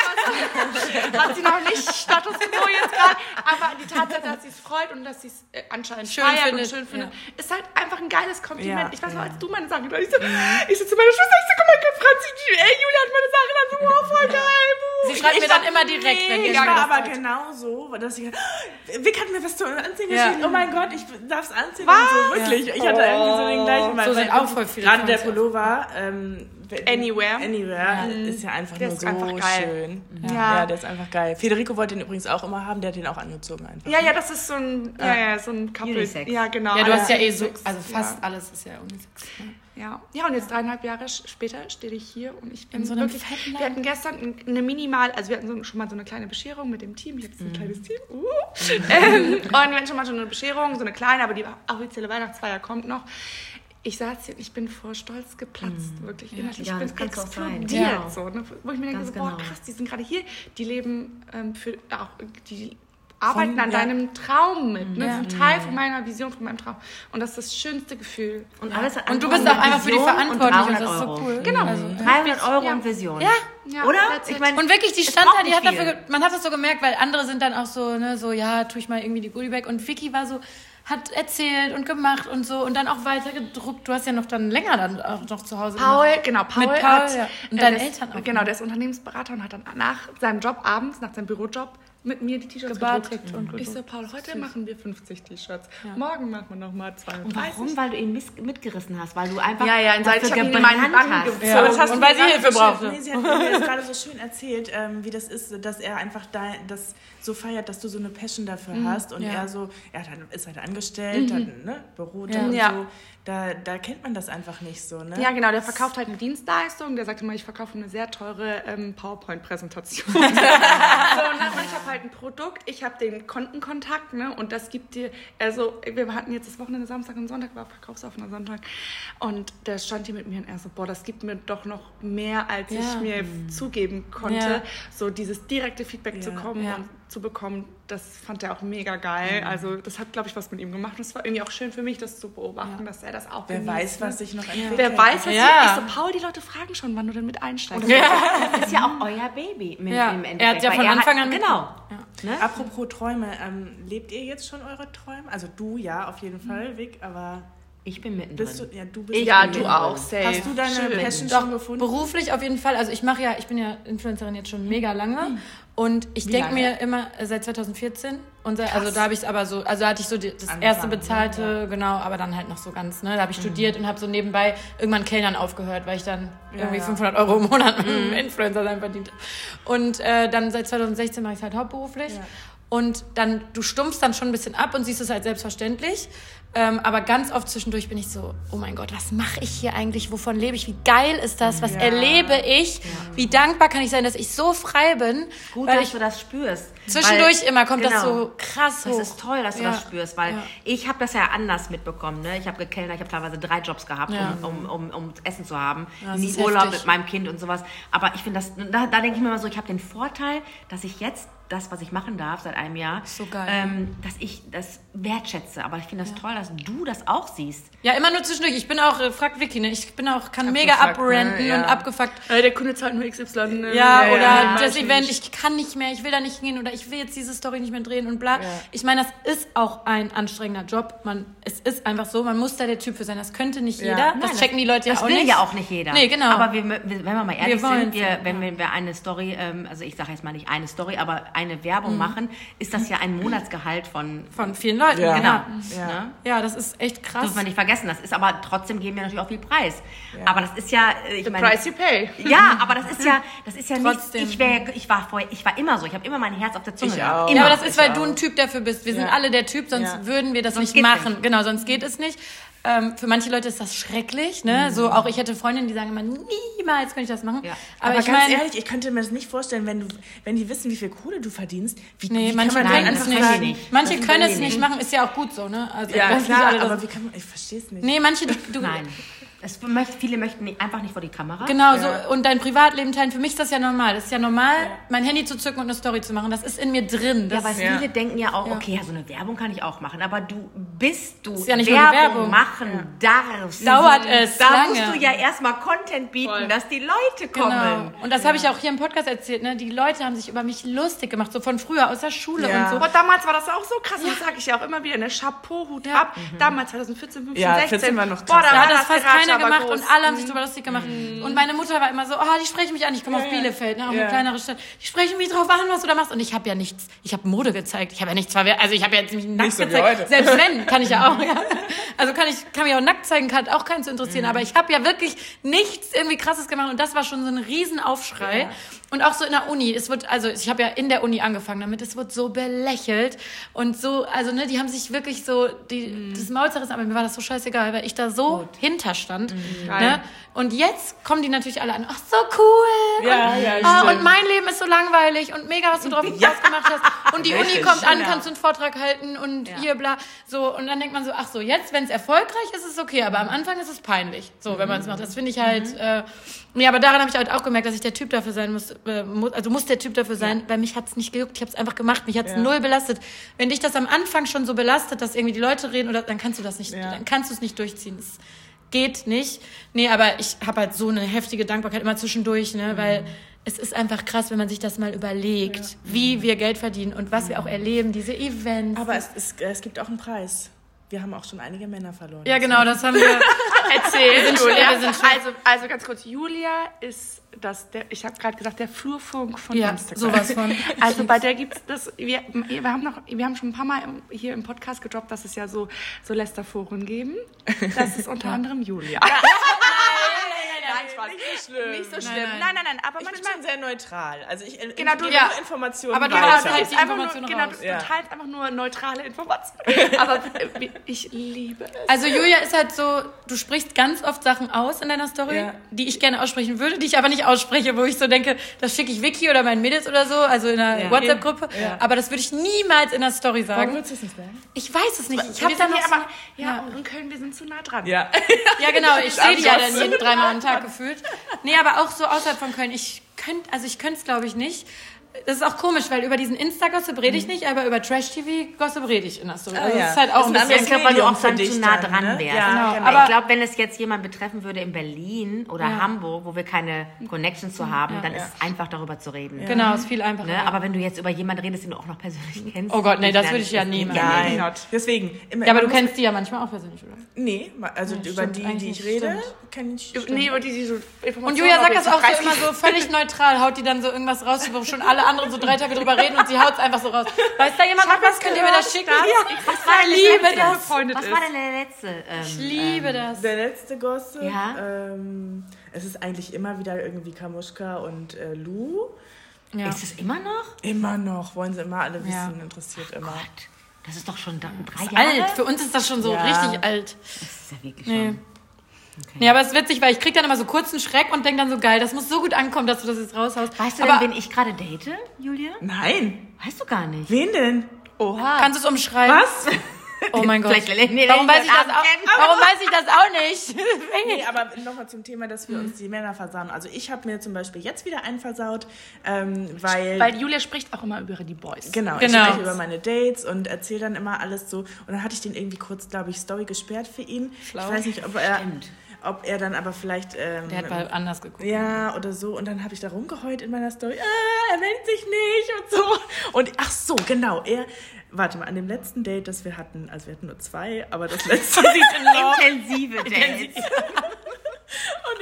Aber hat sie noch nicht, Status Quo jetzt gerade. Aber die Tatsache, dass sie es freut und dass sie es äh, anscheinend Schön feiert findet, und schön findet, ja. ist halt einfach ein geiles Kompliment. Ja, ich weiß noch, ja. als du meine Sachen gemacht hast, ich so, ich so zu meiner Schwester, ich so, guck mal, Franzi, die, ey, Julia hat meine Sachen an, so, wow, voll geil. Sie schreibt mir dann immer direkt, wenn Ich ihr war mir das aber sagt. genauso, dass ich, Vic hat mir was zu anziehen Ja. geschickt. Oh mein Gott, ich darf es anziehen und so, wirklich. Ich hatte irgendwie so den gleichen. So sind auch voll viele Gerade der Fans. Pullover, ähm, Anywhere. Anywhere ist ja einfach Der nur ist so einfach geil. schön. Ja. Ja. der ist einfach geil. Federico wollte den übrigens auch immer haben, der hat den auch angezogen einfach. Ja, ja, das ist so ein, ja, ja, so ein Couple. Unisex. Ja, genau. Ja, du hast ja Alles eh so, Unisex, also fast ja. alles ist ja unisex. ne? Ja. Ja, und jetzt dreieinhalb Jahre sch- später stehe ich hier und ich bin In so einem wirklich, fetten wir hatten gestern ein- eine minimal, also wir hatten so, schon mal so eine kleine Bescherung mit dem Team, jetzt ein kleines Team, uh. ähm, und wir hatten schon mal so eine Bescherung, so eine kleine, aber die offizielle Weihnachtsfeier kommt noch. Ich saß hier und ich bin vor Stolz geplatzt, wirklich innerlich. Ja, ich bin das kann's auch sein. explodiert, Ja. so, ne? Wo ich mir denke, Ganz so, boah, genau. krass, die sind gerade hier, die leben ähm, für, auch, die arbeiten an ja. deinem Traum mit, ne? Ja. Sind Teil von meiner Vision, von meinem Traum. Und das ist das schönste Gefühl. Und, alles hat Und du bist auch angefangen einfach für mit die Vision verantwortlich und und das ist so dreihundert cool. Euro. Genau. Also, dreihundert Euro Ja. und Vision. ja. Ja, Oder? that's it. Ich meine, Und wirklich, die es stand da, braucht die nicht hat dafür, viel. ge- man hat das so gemerkt, weil andere sind dann auch so, ne, so, ja, tue ich mal irgendwie die Goodiebag. Und Vicky war so, hat erzählt und gemacht und so und dann auch weiter gedruckt. Du hast ja noch dann länger dann auch noch zu Hause Paul, gemacht. genau, Paul, Mit Paul, hat, ja. Und äh, deine das, Eltern auch, Genau, ne? der ist Unternehmensberater und hat dann nach seinem Job abends, nach seinem Bürojob, mit mir die T-Shirts Gebartigt gedruckt. und Ich so, gedruckt. Paul, heute machen wir fünfzig T-Shirts. Morgen machen wir nochmal zweiunddreißig. Und warum? Weil du ihn mis- mitgerissen hast, weil du einfach Ja, ja, in dafür Seite- ich hab ihn in meinen gebrannt Bann hast. gezogen. Ja. Aber das hast Und du weil mir sie gerade Hilfe so brauchte. schön- Nee, sie hat mir jetzt gerade so schön erzählt, ähm, wie das ist, dass er einfach da, das so feiert, dass du so eine Passion dafür hast. Und Ja. er so, er hat, ist halt angestellt, hat ein ne, Büro Ja. und Ja. so. Da, da kennt man das einfach nicht so, ne? Ja, genau, der verkauft halt eine Dienstleistung. Der sagt immer, ich verkaufe eine sehr teure ähm, PowerPoint-Präsentation. so, ne? Und ich habe halt ein Produkt, ich habe den Kontenkontakt, ne? Und das gibt dir, also wir hatten jetzt das Wochenende Samstag und Sonntag, war verkaufsoffener Sonntag. Und der stand hier mit mir und er so, boah, das gibt mir doch noch mehr, als Ja. ich mir zugeben konnte. Ja. So dieses direkte Feedback zu kommen Ja. und zu bekommen, das fand er auch mega geil. Also das hat, glaube ich, was mit ihm gemacht. Und es war irgendwie auch schön für mich, das zu beobachten, dass er das auch Wer genießt, weiß, ne? was sich noch entwickelt. Wer weiß, was Ja. ich so, Paul, die Leute fragen schon, wann du denn mit einsteigst. Das ist ja auch euer Baby im, Ja. im Endeffekt. Er hat ja weil von er Anfang hat, an mit- Genau. Ne? Apropos Träume, ähm, lebt ihr jetzt schon eure Träume? Also du ja, auf jeden Fall, Vic, aber Ich bin mittendrin. bist du, ja, du bist Ja, mittendrin. du auch, safe. Hast du deine Schön. Passion Doch, schon gefunden? beruflich auf jeden Fall. Also ich mache ja, ich bin ja Influencerin jetzt schon mega lange und ich denke lange? mir immer äh, seit zwanzig vierzehn und seit, also da habe ich es aber so, also hatte ich so die, das Angefangen, erste ne? bezahlte, genau, aber dann halt noch so ganz, ne, da habe ich studiert und habe so nebenbei irgendwann Kellnern aufgehört, weil ich dann irgendwie ja. fünfhundert Euro im Monat mit dem Influencer sein verdient habe. Und äh, dann seit zwanzig sechzehn mache ich es halt hauptberuflich. Ja. Und dann, du stumpfst dann schon ein bisschen ab und siehst es halt selbstverständlich. Ähm, aber ganz oft zwischendurch bin ich so, oh mein Gott, was mache ich hier eigentlich? Wovon lebe ich? Wie geil ist das? Was Ja. erlebe ich? Wie dankbar kann ich sein, dass ich so frei bin? Gut, weil dass ich du das spürst. zwischendurch Weil- immer kommt das genau. so krass Das hoch. ist toll, dass du Ja. das spürst, weil Ja. ich habe das ja anders mitbekommen. Ne? Ich habe gekellnert, ich habe teilweise drei Jobs gehabt, Ja. um, um, um, um Essen zu haben. Ja, das Nie ist Urlaub heftig. mit meinem Kind und sowas. Aber ich finde das, da, da denke ich mir immer so, ich habe den Vorteil, dass ich jetzt das, was ich machen darf seit einem Jahr, So geil. ähm, dass ich das wertschätze. Aber ich finde das toll, dass du das auch siehst. Ja, immer nur zwischendurch. Ich bin auch, äh, fragt Vicky, ne? Ich bin auch, kann mega Abgefuckt, abranten ne? Ja. und abgefuckt. Äh, der Kunde zahlt nur X Y. Ne? Ja, oder ja, das weiß ich Event, nicht. ich kann nicht mehr, ich will da nicht hingehen oder ich will jetzt diese Story nicht mehr drehen und bla. Ich meine, das ist auch ein anstrengender Job. Man, es ist einfach so, man muss da der Typ für sein. Das könnte nicht jeder. Das Nein, checken die Leute ja das auch will nicht. ja auch nicht jeder. Nee, genau. Aber wir, wir, wenn wir mal ehrlich Wir wollen's sind, wir, ja, wenn wir, wir eine Story, ähm, also ich sage jetzt mal nicht eine Story, aber eine Werbung machen, ist das ja ein Monatsgehalt von... Von vielen Leuten. Ja. Genau. Ja. Ne? Ja, das ist echt krass. Darf man nicht vergessen. Das ist aber trotzdem geben wir natürlich auch viel Preis. Aber das ist ja... äh, Ich The meine, price you pay. ja, aber das ist ja, das ist ja Trotzdem. nichts. Ich, wär, ich war vorher, ich war immer so. Ich habe immer mein Herz auf der Zunge. Ich gehabt. auch. Immer. Ja, aber das ist, ich weil auch. du ein Typ dafür bist. Wir sind Ja. alle der Typ, sonst Ja. würden wir das Sonst nicht geht's machen. nicht. Genau, sonst geht es nicht. Ähm, für manche Leute ist das schrecklich, ne? Mhm. So, auch ich hätte Freundinnen, die sagen immer, niemals könnte ich das machen. Ja. Aber, Aber ich ganz meine, ehrlich, ich könnte mir das nicht vorstellen, wenn du, wenn die wissen, wie viel Kohle du verdienst. Wie, nee, wie manche kann man können dann es einfach nicht. sagen, nicht. Manche Das können es können die nicht nicht. machen, ist ja auch gut so, ne? Also, Ja, dass nicht klar, alle das- aber wie kann man, ich verstehe es nicht. Nee, manche, du, du Nein. Es möchte, viele möchten nicht, einfach nicht vor die Kamera. Genau, Ja. so, und dein Privatleben teilen, für mich ist das ja normal. Das ist ja normal, mein Handy zu zücken und eine Story zu machen. Das ist in mir drin. Das Ja, weil Ja. viele denken ja auch, okay, ja, so eine Werbung kann ich auch machen. Aber du, bis du ja nicht nur eine Werbung, Werbung. machen darfst, Dauert es da lange. musst du ja erstmal Content bieten, Voll. dass die Leute kommen. Genau. Und das habe ich auch hier im Podcast erzählt. Ne? Die Leute haben sich über mich lustig gemacht, so von früher aus der Schule Ja. und so. Aber damals war das auch so krass, das sage ich ja auch immer wieder, ne? Chapeau, Hut Ja. ab. Damals zwanzig vierzehn, fünfzehn, Ja, sechzehn. vierzehn war noch Boah, krass. da Da war hat das das fast Geratsche keiner aber gemacht groß. und alle haben sich darüber lustig gemacht. Und meine Mutter war immer so, oh, die sprechen mich an, ich komme aus Bielefeld, ne, auch Ja. eine kleinere Stadt. Die sprechen mich drauf an, was du da machst. Und ich habe ja nichts, ich habe Mode gezeigt. Ich habe ja nichts verwehrt, also ich habe ja jetzt mich nackt so wie gezeigt. heute. Selbst wenn, kann ich ja auch. Ja. Also kann ich kann mich auch nackt zeigen, kann auch keinen zu interessieren. Aber ich habe ja wirklich nichts irgendwie Krasses gemacht. Und das war schon so ein Riesenaufschrei. Und auch so in der Uni. Es wird, also ich habe ja in der Uni angefangen damit. Es wird so belächelt. Und so, also ne, die haben sich wirklich so die, das Maul zerrissen. Aber mir war das so scheißegal, weil ich da so hinterstand. Ne? Und jetzt kommen die natürlich alle an. Ach, so cool. Ja, und, ja, ah, stimmt. und mein Leben ist so langweilig und mega, was du drauf Spaß gemacht hast. Und die Uni Richtig, kommt an, genau. kannst du einen Vortrag halten und hier bla. So, und dann denkt man so, ach so, jetzt, wenn es erfolgreich ist, ist es okay. Aber am Anfang ist es peinlich. So, wenn man es macht. Das finde ich halt, äh, nee, aber daran habe ich halt auch gemerkt, dass ich der Typ dafür sein muss, äh, muss also muss der Typ dafür sein, weil mich hat's nicht gejuckt. Ich habe es einfach gemacht. Mich hat's Ja. null belastet. Wenn dich das am Anfang schon so belastet, dass irgendwie die Leute reden, oder dann kannst du das nicht, Ja. dann kannst du es nicht durchziehen. Das geht nicht. Nee, aber ich habe halt so eine heftige Dankbarkeit immer zwischendurch, ne, weil es ist einfach krass, wenn man sich das mal überlegt, wie wir Geld verdienen und was wir auch erleben, diese Events. Aber es, es, es gibt auch einen Preis. Wir haben auch schon einige Männer verloren. ja, genau, das haben wir. Erzähl, sind schon- Julia. wir sind schon- also, also ganz kurz, Julia ist das, der, ich habe gerade gesagt, der Flurfunk von Ja, Instagram. sowas von. Also bei der gibt's das, wir, wir haben noch, wir haben schon ein paar Mal im, hier im Podcast gedroppt, dass es ja so, so Lästerforen geben. Das ist unter anderem Julia. Nein, Spaß. Nicht so schlimm. Nicht so schlimm. nein. Nein, nein, nein, aber Ich bin manchmal... schon sehr neutral. Also ich äh, Genau, du- gebe ja. nur Informationen Aber du weiter. hast halt ist die einfach nur, Information genau, raus. du, Ja. du teilst einfach nur neutrale Informationen. Aber äh, ich liebe es. Also Julia ist halt so, du sprichst ganz oft Sachen aus in deiner Story, Ja. die ich gerne aussprechen würde, die ich aber nicht ausspreche, wo ich so denke, das schicke ich Vicky oder meinen Mädels oder so, also in einer Ja. WhatsApp-Gruppe. Ja. Aber das würde ich niemals in der Story Warum sagen. willst du es nicht sagen? Ich weiß es nicht. Ich Wir habe da sind noch hier so, aber, ja, ja. und in Köln, wir sind zu nah dran. Ja. Ja, genau, ich sehe die ja dann Abschlossen. jeden dreimal am Tag gefühlt. Nee, aber auch so außerhalb von Köln. Ich könnte, also ich könnte es glaube ich nicht. Das ist auch komisch, weil über diesen Insta-Gossip rede ich nicht, aber über Trash-T V-Gossip rede ich in der Story. Also ja. das ist halt auch Das ein ist ein bisschen... Ich glaube, weil du Medium auch dann für zu dich nah dann, dran ne? wärst. Ja, Genau, genau. aber- ich glaube, wenn es jetzt jemand betreffen würde in Berlin oder Hamburg, wo wir keine Connection zu haben, dann ist es einfach darüber zu reden. Genau, ist viel einfacher. Ne? Aber wenn du jetzt über jemanden redest, den du auch noch persönlich kennst. Oh Gott, nee, das dann würde ich ja ist- nie machen. Nein. not. Deswegen. Immer, Ja, aber man du muss- kennst die ja manchmal auch persönlich, oder? Nee, also Ja, über stimmt, die, die eigentlich ich rede, stimmt. kenne ich. Nee, über die, die so Informationen... Und Julia sagt das auch so preisgeben. immer so völlig neutral, haut die dann so irgendwas raus, wo schon alle anderen so drei Tage drüber reden und sie haut es einfach so raus. Weiß da jemand noch was? Könnt ihr mir das schicken? Ja, Was war denn ich liebe das? das. befreundet Was ist. war denn der letzte? Ähm, Ich liebe das. Der letzte Gossip. Ja. Ähm, es ist eigentlich immer wieder irgendwie Kamuschka und äh, Lou. Ja. Ist es immer noch? Immer noch, wollen sie immer alle wissen, Ja. interessiert immer. Gott, das ist doch schon da- drei Jahre. Alt. Für uns ist das schon so Ja. richtig alt. Das ist ja wirklich Nee. schon. Nee, aber es ist witzig, weil ich krieg dann immer so kurzen Schreck und denk dann so, geil, das muss so gut ankommen, dass du das jetzt raushaust. Weißt du aber denn, wen ich gerade date, Julia? Nein. Weißt du gar nicht. Wen denn? Oha. kannst du es umschreiben? Was? Oh mein Gott. Vielleicht- nee, Warum nee, weiß ich das Abend auch, kennen. warum weiß ich das auch nicht? Nee, aber nochmal zum Thema, dass wir uns die Männer versauen. Also ich habe mir zum Beispiel jetzt wieder einen versaut, ähm, weil... Weil Julia spricht auch immer über die Boys. Genau, Genau. ich spreche über meine Dates und erzähle dann immer alles so. Und dann hatte ich den irgendwie kurz, glaube ich, Story gesperrt für ihn. Schlau. Ich weiß nicht, ob er, Stimmt. ob er dann aber vielleicht... Ähm, Der hat mal anders geguckt. ja, oder so. Und dann habe ich da rumgeheult in meiner Story. Ah, er meldet sich nicht und so. Und ach so, genau. Er, warte mal, an dem letzten Date, das wir hatten, also wir hatten nur zwei, aber das letzte... Intensive Dates. Und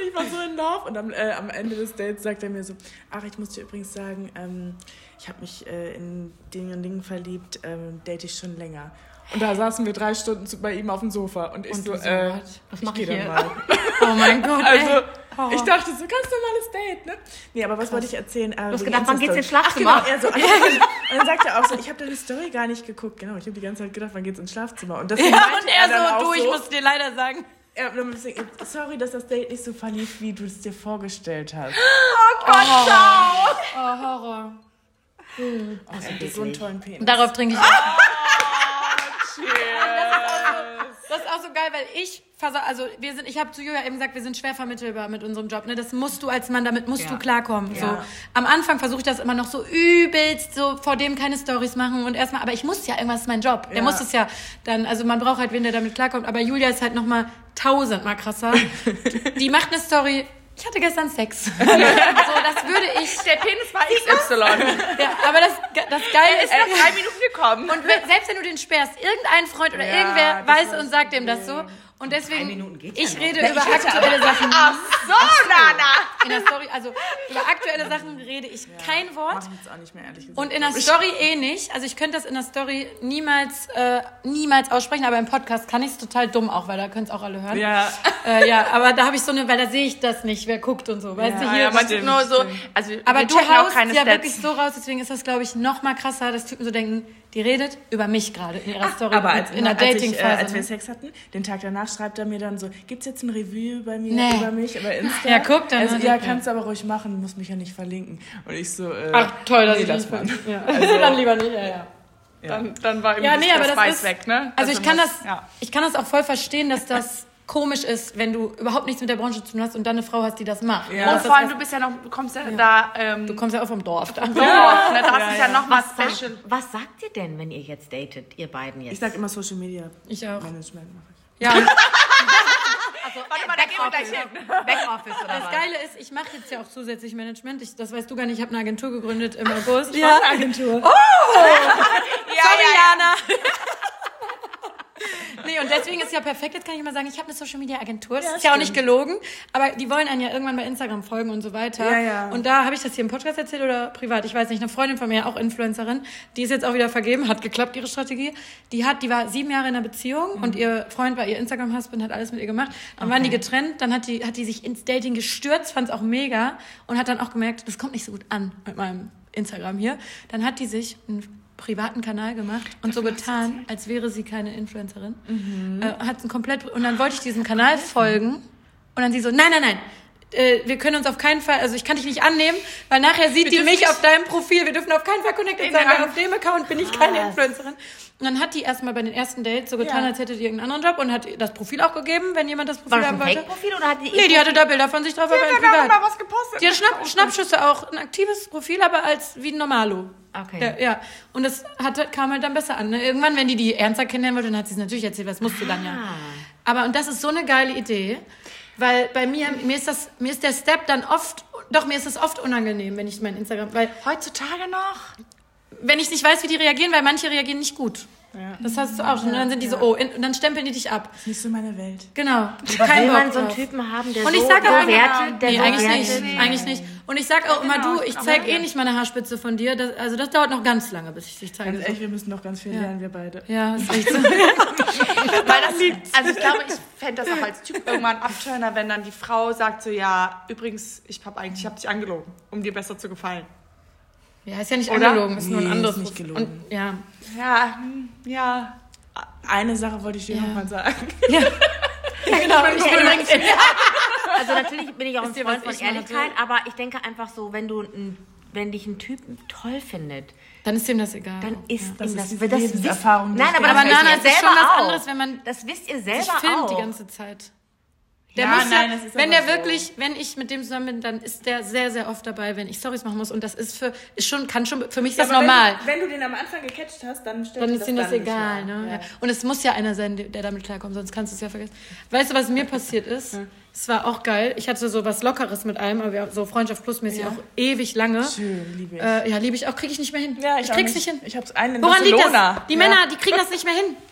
ich war so in Love. Und am, äh, am Ende des Dates sagt er mir so, ach, ich muss dir übrigens sagen, ähm, ich habe mich äh, in Dingen und Dingen verliebt, ähm, date ich schon länger. Und da saßen wir drei Stunden zu, bei ihm auf dem Sofa. Und ich Und so, du so, äh, what? was mach ich geh ich dann hier? mal. Oh mein Gott, Also, ey. Oh. ich dachte so, ganz normales Date, ne? Nee, aber was wollte ich erzählen? Äh, Du hast wegen gedacht, wann geht's Insta-Story. ins Schlafzimmer? Ach, genau, er so, und dann sagt er auch so, ich habe deine Story gar nicht geguckt. Genau, ich habe die ganze Zeit gedacht, wann geht's ins Schlafzimmer? Und, deswegen Ja, meinte und er dann so, auch du, ich muss dir leider sagen. Ja, dann muss ich, sorry, dass das Date nicht so verlief, wie du es dir vorgestellt hast. Oh, Horror. Oh, er hat so einen tollen Penis. Und darauf trinke ich auch. Das ist auch so geil, weil ich versa- also wir sind, ich habe zu Julia eben gesagt, wir sind schwer vermittelbar mit unserem Job. Ne? Das musst du als Mann, damit musst Ja. du klarkommen. So. Ja. Am Anfang versuche ich das immer noch so übelst, so vor dem keine Storys machen und erstmal, aber ich muss ja, irgendwas ist mein Job. Der Ja. muss es ja dann, also man braucht halt wen, der damit klarkommt. Aber Julia ist halt nochmal tausendmal krasser. Die macht eine Story. Ich hatte gestern Sex. So, das würde ich. Der Penis war X Y. Ja, aber das, das Geile ist, Er ist nach drei Minuten gekommen. und wenn, selbst wenn du den sperrst, irgendein Freund oder Ja, irgendwer das weiß war und sagt dem das so. Und deswegen, Minuten geht ja ich noch. rede über aktuelle Sachen. Ach so, Nana. In der Story, also über aktuelle Sachen rede ich kein Wort. Mach ich jetzt auch nicht mehr, ehrlich gesagt. Und in der Story eh nicht. Also ich könnte das in der Story niemals, äh, niemals aussprechen, aber im Podcast kann ich es total dumm auch, weil da können es auch alle hören. Ja. Äh, ja, aber da habe ich so eine, weil da sehe ich das nicht, wer guckt und so. Weißt du, Ja, hier. ja, Man sieht stimmt, nur so, stimmt. also aber wir du checken auch haust keine ja Stats. wirklich so raus, deswegen ist das, glaube ich, noch mal krasser, dass Typen so denken, die redet über mich gerade in ihrer Story, Aber als, in der als, ich, äh, Dating-Phase. als wir ne? Sex hatten, den Tag danach schreibt er mir dann so, gibt's jetzt ein Revue bei mir Nee. über mich, über Insta? Ja, guck, dann Also, hat ja, er- kannst du aber ruhig machen, musst mich ja nicht verlinken. Und ich so, äh, Ach, toll, dass nee, ich lass nicht mal. Ja. Also, dann lieber nicht, ja, ja. Dann, dann war Ja, irgendwie nee, aber das das Weiß ist, weg, ne? also ich kann das, muss- ja. ich kann das auch voll verstehen, dass das komisch ist, wenn du überhaupt nichts mit der Branche zu tun hast und dann eine Frau hast, die das macht. Ja. Das Und ist vor allem, das- du bist ja noch, du kommst ja, da, ähm, du kommst ja auch vom Dorf. Da. Dorf, ne? Das ist ja, noch mal Was, special. sagt, was sagt ihr denn, wenn ihr jetzt datet, ihr beiden jetzt? Ich sag immer Social Media Ich auch. Management mache ich. Ja, und Warte mal, da gehen wir gleich hin. Backoffice oder das was? Geile ist, ich mache jetzt ja auch zusätzlich Management. Ich, das weißt du gar nicht, ich habe eine Agentur gegründet im August. Ja, Agentur. Ja, Sorry, ja, Jana. Nee, und deswegen ist ja perfekt, jetzt kann ich mal sagen, ich habe eine Social-Media-Agentur. Das Ja, ist ja auch stimmt. nicht gelogen, aber die wollen einen ja irgendwann bei Instagram folgen und so weiter. Ja, ja. Und da habe ich das hier im Podcast erzählt oder privat, ich weiß nicht, eine Freundin von mir, auch Influencerin, die ist jetzt auch wieder vergeben, hat geklappt, ihre Strategie. Die hat, die war sieben Jahre in einer Beziehung Mhm. und ihr Freund war ihr Instagram-Husband, hat alles mit ihr gemacht. Dann waren die getrennt, dann hat die, hat die sich ins Dating gestürzt, fand es auch mega und hat dann auch gemerkt, das kommt nicht so gut an mit meinem Instagram hier. Dann hat die sich einen privaten Kanal gemacht und so getan, als wäre sie keine Influencerin. Äh, hat einen komplett und dann wollte ich diesem Kanal folgen und dann sie so, nein, nein, nein. Äh, wir können uns auf keinen Fall, also ich kann dich nicht annehmen, weil nachher sieht die dürfen mich nicht- auf deinem Profil, wir dürfen auf keinen Fall connected In sein, der- weil auf dem Account bin ich keine Influencerin. Und dann hat die erstmal bei den ersten Dates so getan, Ja. als hätte die irgendeinen anderen Job und hat das Profil auch gegeben, wenn jemand das War Profil das haben ein wollte. Fake-Profil oder hat die... Nee, die hatte da Bilder von sich drauf, aber ja, in da haben wir privat. mal was gepostet. Die hat Schnapp, Schnappschüsse auch, ein aktives Profil, aber als wie ein Normalo. Okay. Ja, ja. Und das hatte, kam halt dann besser an. Ne? Irgendwann, wenn die die ernster kennenlernen wollte, dann hat sie es natürlich erzählt, was musst du dann ja. Aber, und das ist so eine geile Idee, weil bei mir, mir ist das, mir ist der Step dann oft, doch, mir ist das oft unangenehm, wenn ich mein Instagram, weil, Heutzutage noch? wenn ich nicht weiß, wie die reagieren, weil manche reagieren nicht gut. Ja. Das hast du auch schon. Und dann sind die so, oh, in, und dann stempeln die dich ab. Das ist nicht so meine Welt. Genau. Aber Kein will Bock man so einen drauf. Typen haben, der Und so, ich sag so auch immer, wertet, der nee, so eigentlich wertet? nicht, eigentlich nicht. Und ich sag auch immer, genau, du, ich aber zeig ja. eh nicht meine Haarspitze von dir. Das, also das dauert noch ganz lange, bis ich dich zeige. Ganz ehrlich, wir müssen noch ganz viel lernen, wir beide. Ja, ist echt so. Weil das, also ich glaube, ich fände das auch als Typ irgendwann Abturner, wenn dann die Frau sagt so, ja, übrigens, ich habe eigentlich, ich habe dich angelogen, um dir besser zu gefallen. Ja, ist ja nicht Oder? angelogen, ist nur ein Nee, anderes. ist nicht gelogen. Und, ja. Ja, hm, ja. Eine Sache wollte ich dir Ja. noch mal sagen. ja, genau. Ich bin übrigens, Also natürlich bin ich auch ein Wisst ihr, Freund was von ich Ehrlichkeit, mache? aber ich denke einfach so, wenn du ein, wenn dich ein Typ toll findet, dann ist dem das egal. dann ist Das ihm ist das, diese das Lebenserfahrung, die Nein, ich aber, dir das aber wisst Nana, ihr es ist selber schon was auch. anderes, wenn man Das wisst ihr sich selber filmt auch. die ganze Zeit. Der Ja, muss nein, ja, das ist wenn aber der so. wirklich, wenn ich mit dem zusammen bin, dann ist der sehr, sehr oft dabei, wenn ich Storys machen muss. Und das ist für, ist schon, kann schon, für mich ist das Aber normal. Wenn du, wenn du den am Anfang gecatcht hast, dann stellt Dann dir ist ihm das dann nicht egal, mehr. ne? Ja. Ja. Und es muss ja einer sein, der der damit klarkommt, sonst kannst du es ja vergessen. Weißt du, was mir passiert ist? Es war auch geil. Ich hatte so was Lockeres mit einem, aber wir haben so Freundschaft plus mäßig Ja. auch ewig lange. Schön, liebe ich. Äh, ja, liebe ich auch, kriege ich nicht mehr hin. Ja, ich, ich auch krieg's nicht hin. Ich hab's einen in Woran liegt Barcelona. das? Die Ja. Männer, die kriegen das nicht mehr hin.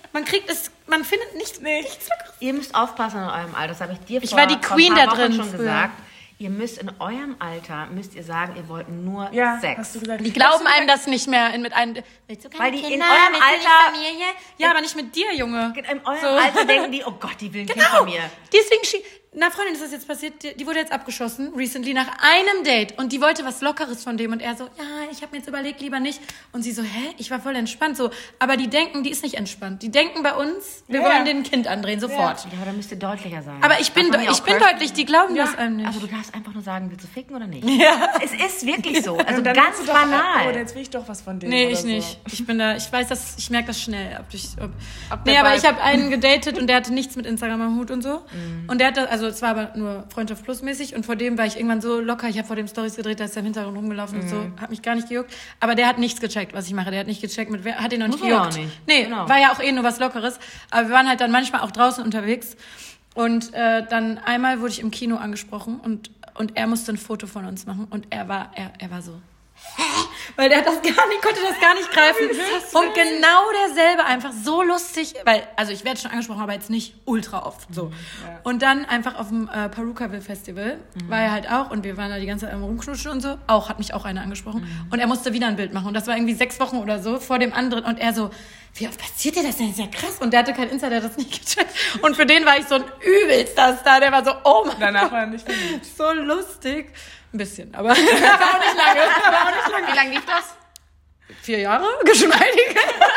man kriegt es, man findet nichts, Nee. nichts Leckeres. Ihr müsst aufpassen in eurem Alter. Das habe ich dir Ich vor, war die vor Queen ein paar da Wochen drin schon früher. gesagt. Ihr müsst in eurem Alter, müsst ihr sagen, ihr wollt nur Ja, Sex. hast du gesagt. Die glauben einem das nicht mehr in, mit einem. Willst du keine Weil die in Kinder? eurem Willst du nicht Alter- Familie? Ja, aber nicht mit dir, Junge. In eurem So. Alter denken die, oh Gott, die will ein Kind Genau. von mir. Deswegen, schie- na Freundin, ist das jetzt passiert? Die, die wurde jetzt abgeschossen, recently, nach einem Date. Und die wollte was Lockeres von dem. Und er so, ja, ich habe mir jetzt überlegt, lieber nicht. Und sie so, hä? Ich war voll entspannt. So, aber die denken, die ist nicht entspannt. Die denken bei uns, wir Ja. wollen den Kind andrehen, sofort. Ja, aber dann müsst ihr deutlicher sein. Aber ich bin, Darf man do- ja ich auch bin cursen? deutlich, die glauben das einem nicht. Also du darfst einfach nur sagen, willst du ficken oder nicht? Ja. Es ist wirklich so. Also Und dann ganz denkst du doch, banal. Oh, jetzt will ich doch was von dem. Nee, oder ich so. nicht. Ich bin da, ich weiß das, ich merke das schnell. Ob ich, ob, Ob nee, der aber Vibe- ich habe einen gedatet und der hatte nichts mit Instagram am Hut und so. Und der hatte, also es war aber nur Freundschaft plus mäßig und vor dem war ich irgendwann so locker. Ich habe vor dem Stories gedreht, da ist der im Hintergrund rumgelaufen und so, hat mich gar nicht gejuckt. Aber der hat nichts gecheckt, was ich mache. Der hat nicht gecheckt, mit wer, hat ihn noch nicht Muss er ja gejuckt. auch nicht. Nee, Genau. war ja auch eh nur was Lockeres. Aber wir waren halt dann manchmal auch draußen unterwegs. Und äh, dann einmal wurde ich im Kino angesprochen und, und er musste ein Foto von uns machen. Und er war, er, er war so, hä? Weil der hat das gar nicht, konnte das gar nicht greifen. Und genau derselbe, einfach so lustig, weil, also ich werde schon angesprochen, aber jetzt nicht ultra oft, so. Und dann einfach auf dem äh, Perukaville Festival war er halt auch und wir waren da die ganze Zeit am Rumknutschen und so. Auch, hat mich auch einer angesprochen. Und er musste wieder ein Bild machen und das war irgendwie sechs Wochen oder so vor dem anderen und er so, wie oft passiert dir das denn? Das ist ja krass. Und der hatte kein Insta, der hat das nicht gecheckt. Und für den war ich so ein übelster Star. Der war so, oh mein Danach war er nicht verliebt. so lustig. Ein bisschen, aber, aber auch nicht lange. Aber auch nicht lange. Wie lange lief das? Vier Jahre? Geschmeidig.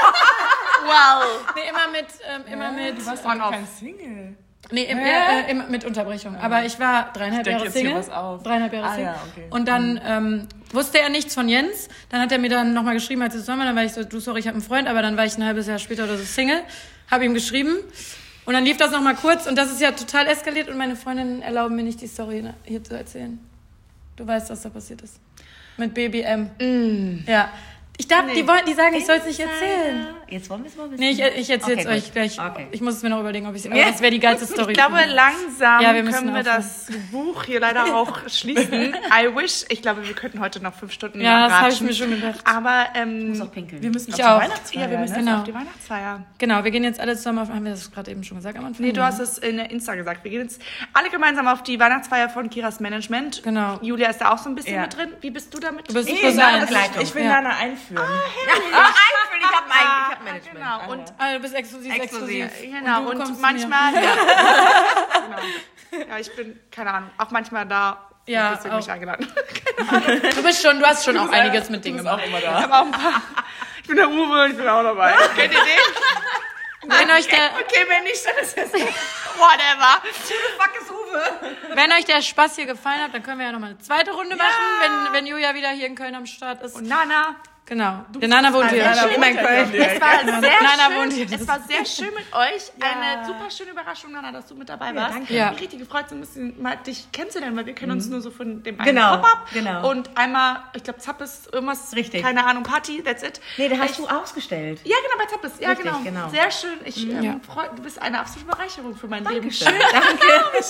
Wow. Nee, immer mit, ähm, immer mit, Du warst On doch off. kein Single. nee, im, äh, immer mit Unterbrechung. Aber ich war dreieinhalb denk Jahre jetzt hier Single. was auf. Dreieinhalb Jahre Ah, Single. ja, okay. Und dann ähm, wusste er nichts von Jens. Dann hat er mir dann nochmal geschrieben, als es Sommer, dann war ich so, du, sorry, ich habe einen Freund, aber dann war ich ein halbes Jahr später oder so Single. Habe ihm geschrieben. Und dann lief das nochmal kurz und das ist ja total eskaliert und meine Freundinnen erlauben mir nicht, die Story hier zu erzählen. Du weißt, was da passiert ist. Mit Baby M. Mm. Ja. Ich darf, die, wollen, die sagen, ich soll es nicht erzählen. Jetzt wollen wir es mal wissen. Nee, ich, ich erzähle es Okay, euch gut. gleich. Okay. Ich muss es mir noch überlegen, ob ich es. Aber das wäre die geilste Story. Ich glaube, langsam Ja, wir müssen können wir aufhören. das Buch hier leider auch schließen. I wish. Ich glaube, wir könnten heute noch fünf Stunden Ja, das habe ich ratschen. mir schon gedacht. Aber ähm, Ich muss auch pinkeln. Wir müssen Ich auf die auch. Weihnachtsfeier, ja, wir müssen ne? jetzt Genau. auf die Weihnachtsfeier. Genau, wir gehen jetzt alle zusammen auf. Haben wir das gerade eben schon gesagt am Anfang? Nee, du hast es in der Insta gesagt. Wir gehen jetzt alle gemeinsam auf die Weihnachtsfeier von Kiras Management. Genau. Julia ist da auch so ein bisschen Ja. mit drin. Wie bist du damit? Du bist Nee, plus Nana, eins. Begleitung. ich will Ja. Nana einführen. Ah, einfühlen, ich habe ein, ich hab Management. Genau. Und Ah, du bist exklusiv, exklusiv. Exklusiv. genau. Und Und, du kommst zu manchmal. Ja. genau. Ja, ich bin keine Ahnung. Auch manchmal da. Ja, deswegen auch. mich eingeladen. Du bist schon, du hast schon auch einiges mit Du Dingen bist auch gemacht. immer Ich da. habe auch ein paar. Ich bin der Uwe, ich bin auch dabei. Kennt ihr den? Wenn euch der, Okay, wenn nicht, dann ist es whatever. Fuck ist Uwe. wenn euch der Spaß hier gefallen hat, dann können wir ja nochmal eine zweite Runde machen, wenn, wenn Julia wieder hier in Köln am Start ist. Und Nana. Genau. Der Nana wohnt hier. Nana Immer in wohnt Köln. ja Es war sehr Nana schön. wohnt hier. Es war sehr schön mit euch. Eine super schöne Überraschung, Nana, dass du mit dabei warst. danke. Ja. Ich bin richtig gefreut, so ein bisschen mal dich kennenzulernen, weil wir kennen uns nur so von dem einen Genau, Pop-Up. genau. Und einmal, ich glaube, Zappes, irgendwas, Richtig. keine Ahnung, Party, that's it. Nee, da hast ich, du ausgestellt. Ja, genau, bei Zappes. Ja, Richtig, genau. genau. Sehr schön. Ich ähm, Ja. freu, du bist eine absolute Bereicherung für mein Leben. Schön. Danke.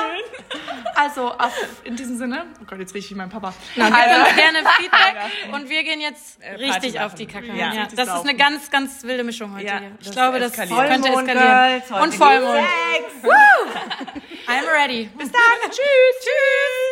Also, auf, in diesem Sinne, oh Gott, jetzt rieche ich wie mein Papa. Gebt uns gerne Feedback und wir gehen jetzt richtig machen. auf die Kacke. Ja. Ja, Richtig das ist saufen. eine ganz, ganz wilde Mischung heute Ja, hier. Ich das glaube, das eskaliert. könnte Vollmond, eskalieren. Girls, heute Und Vollmond. gibt's Sex. I'm ready. Bis dann. Tschüss. Tschüss.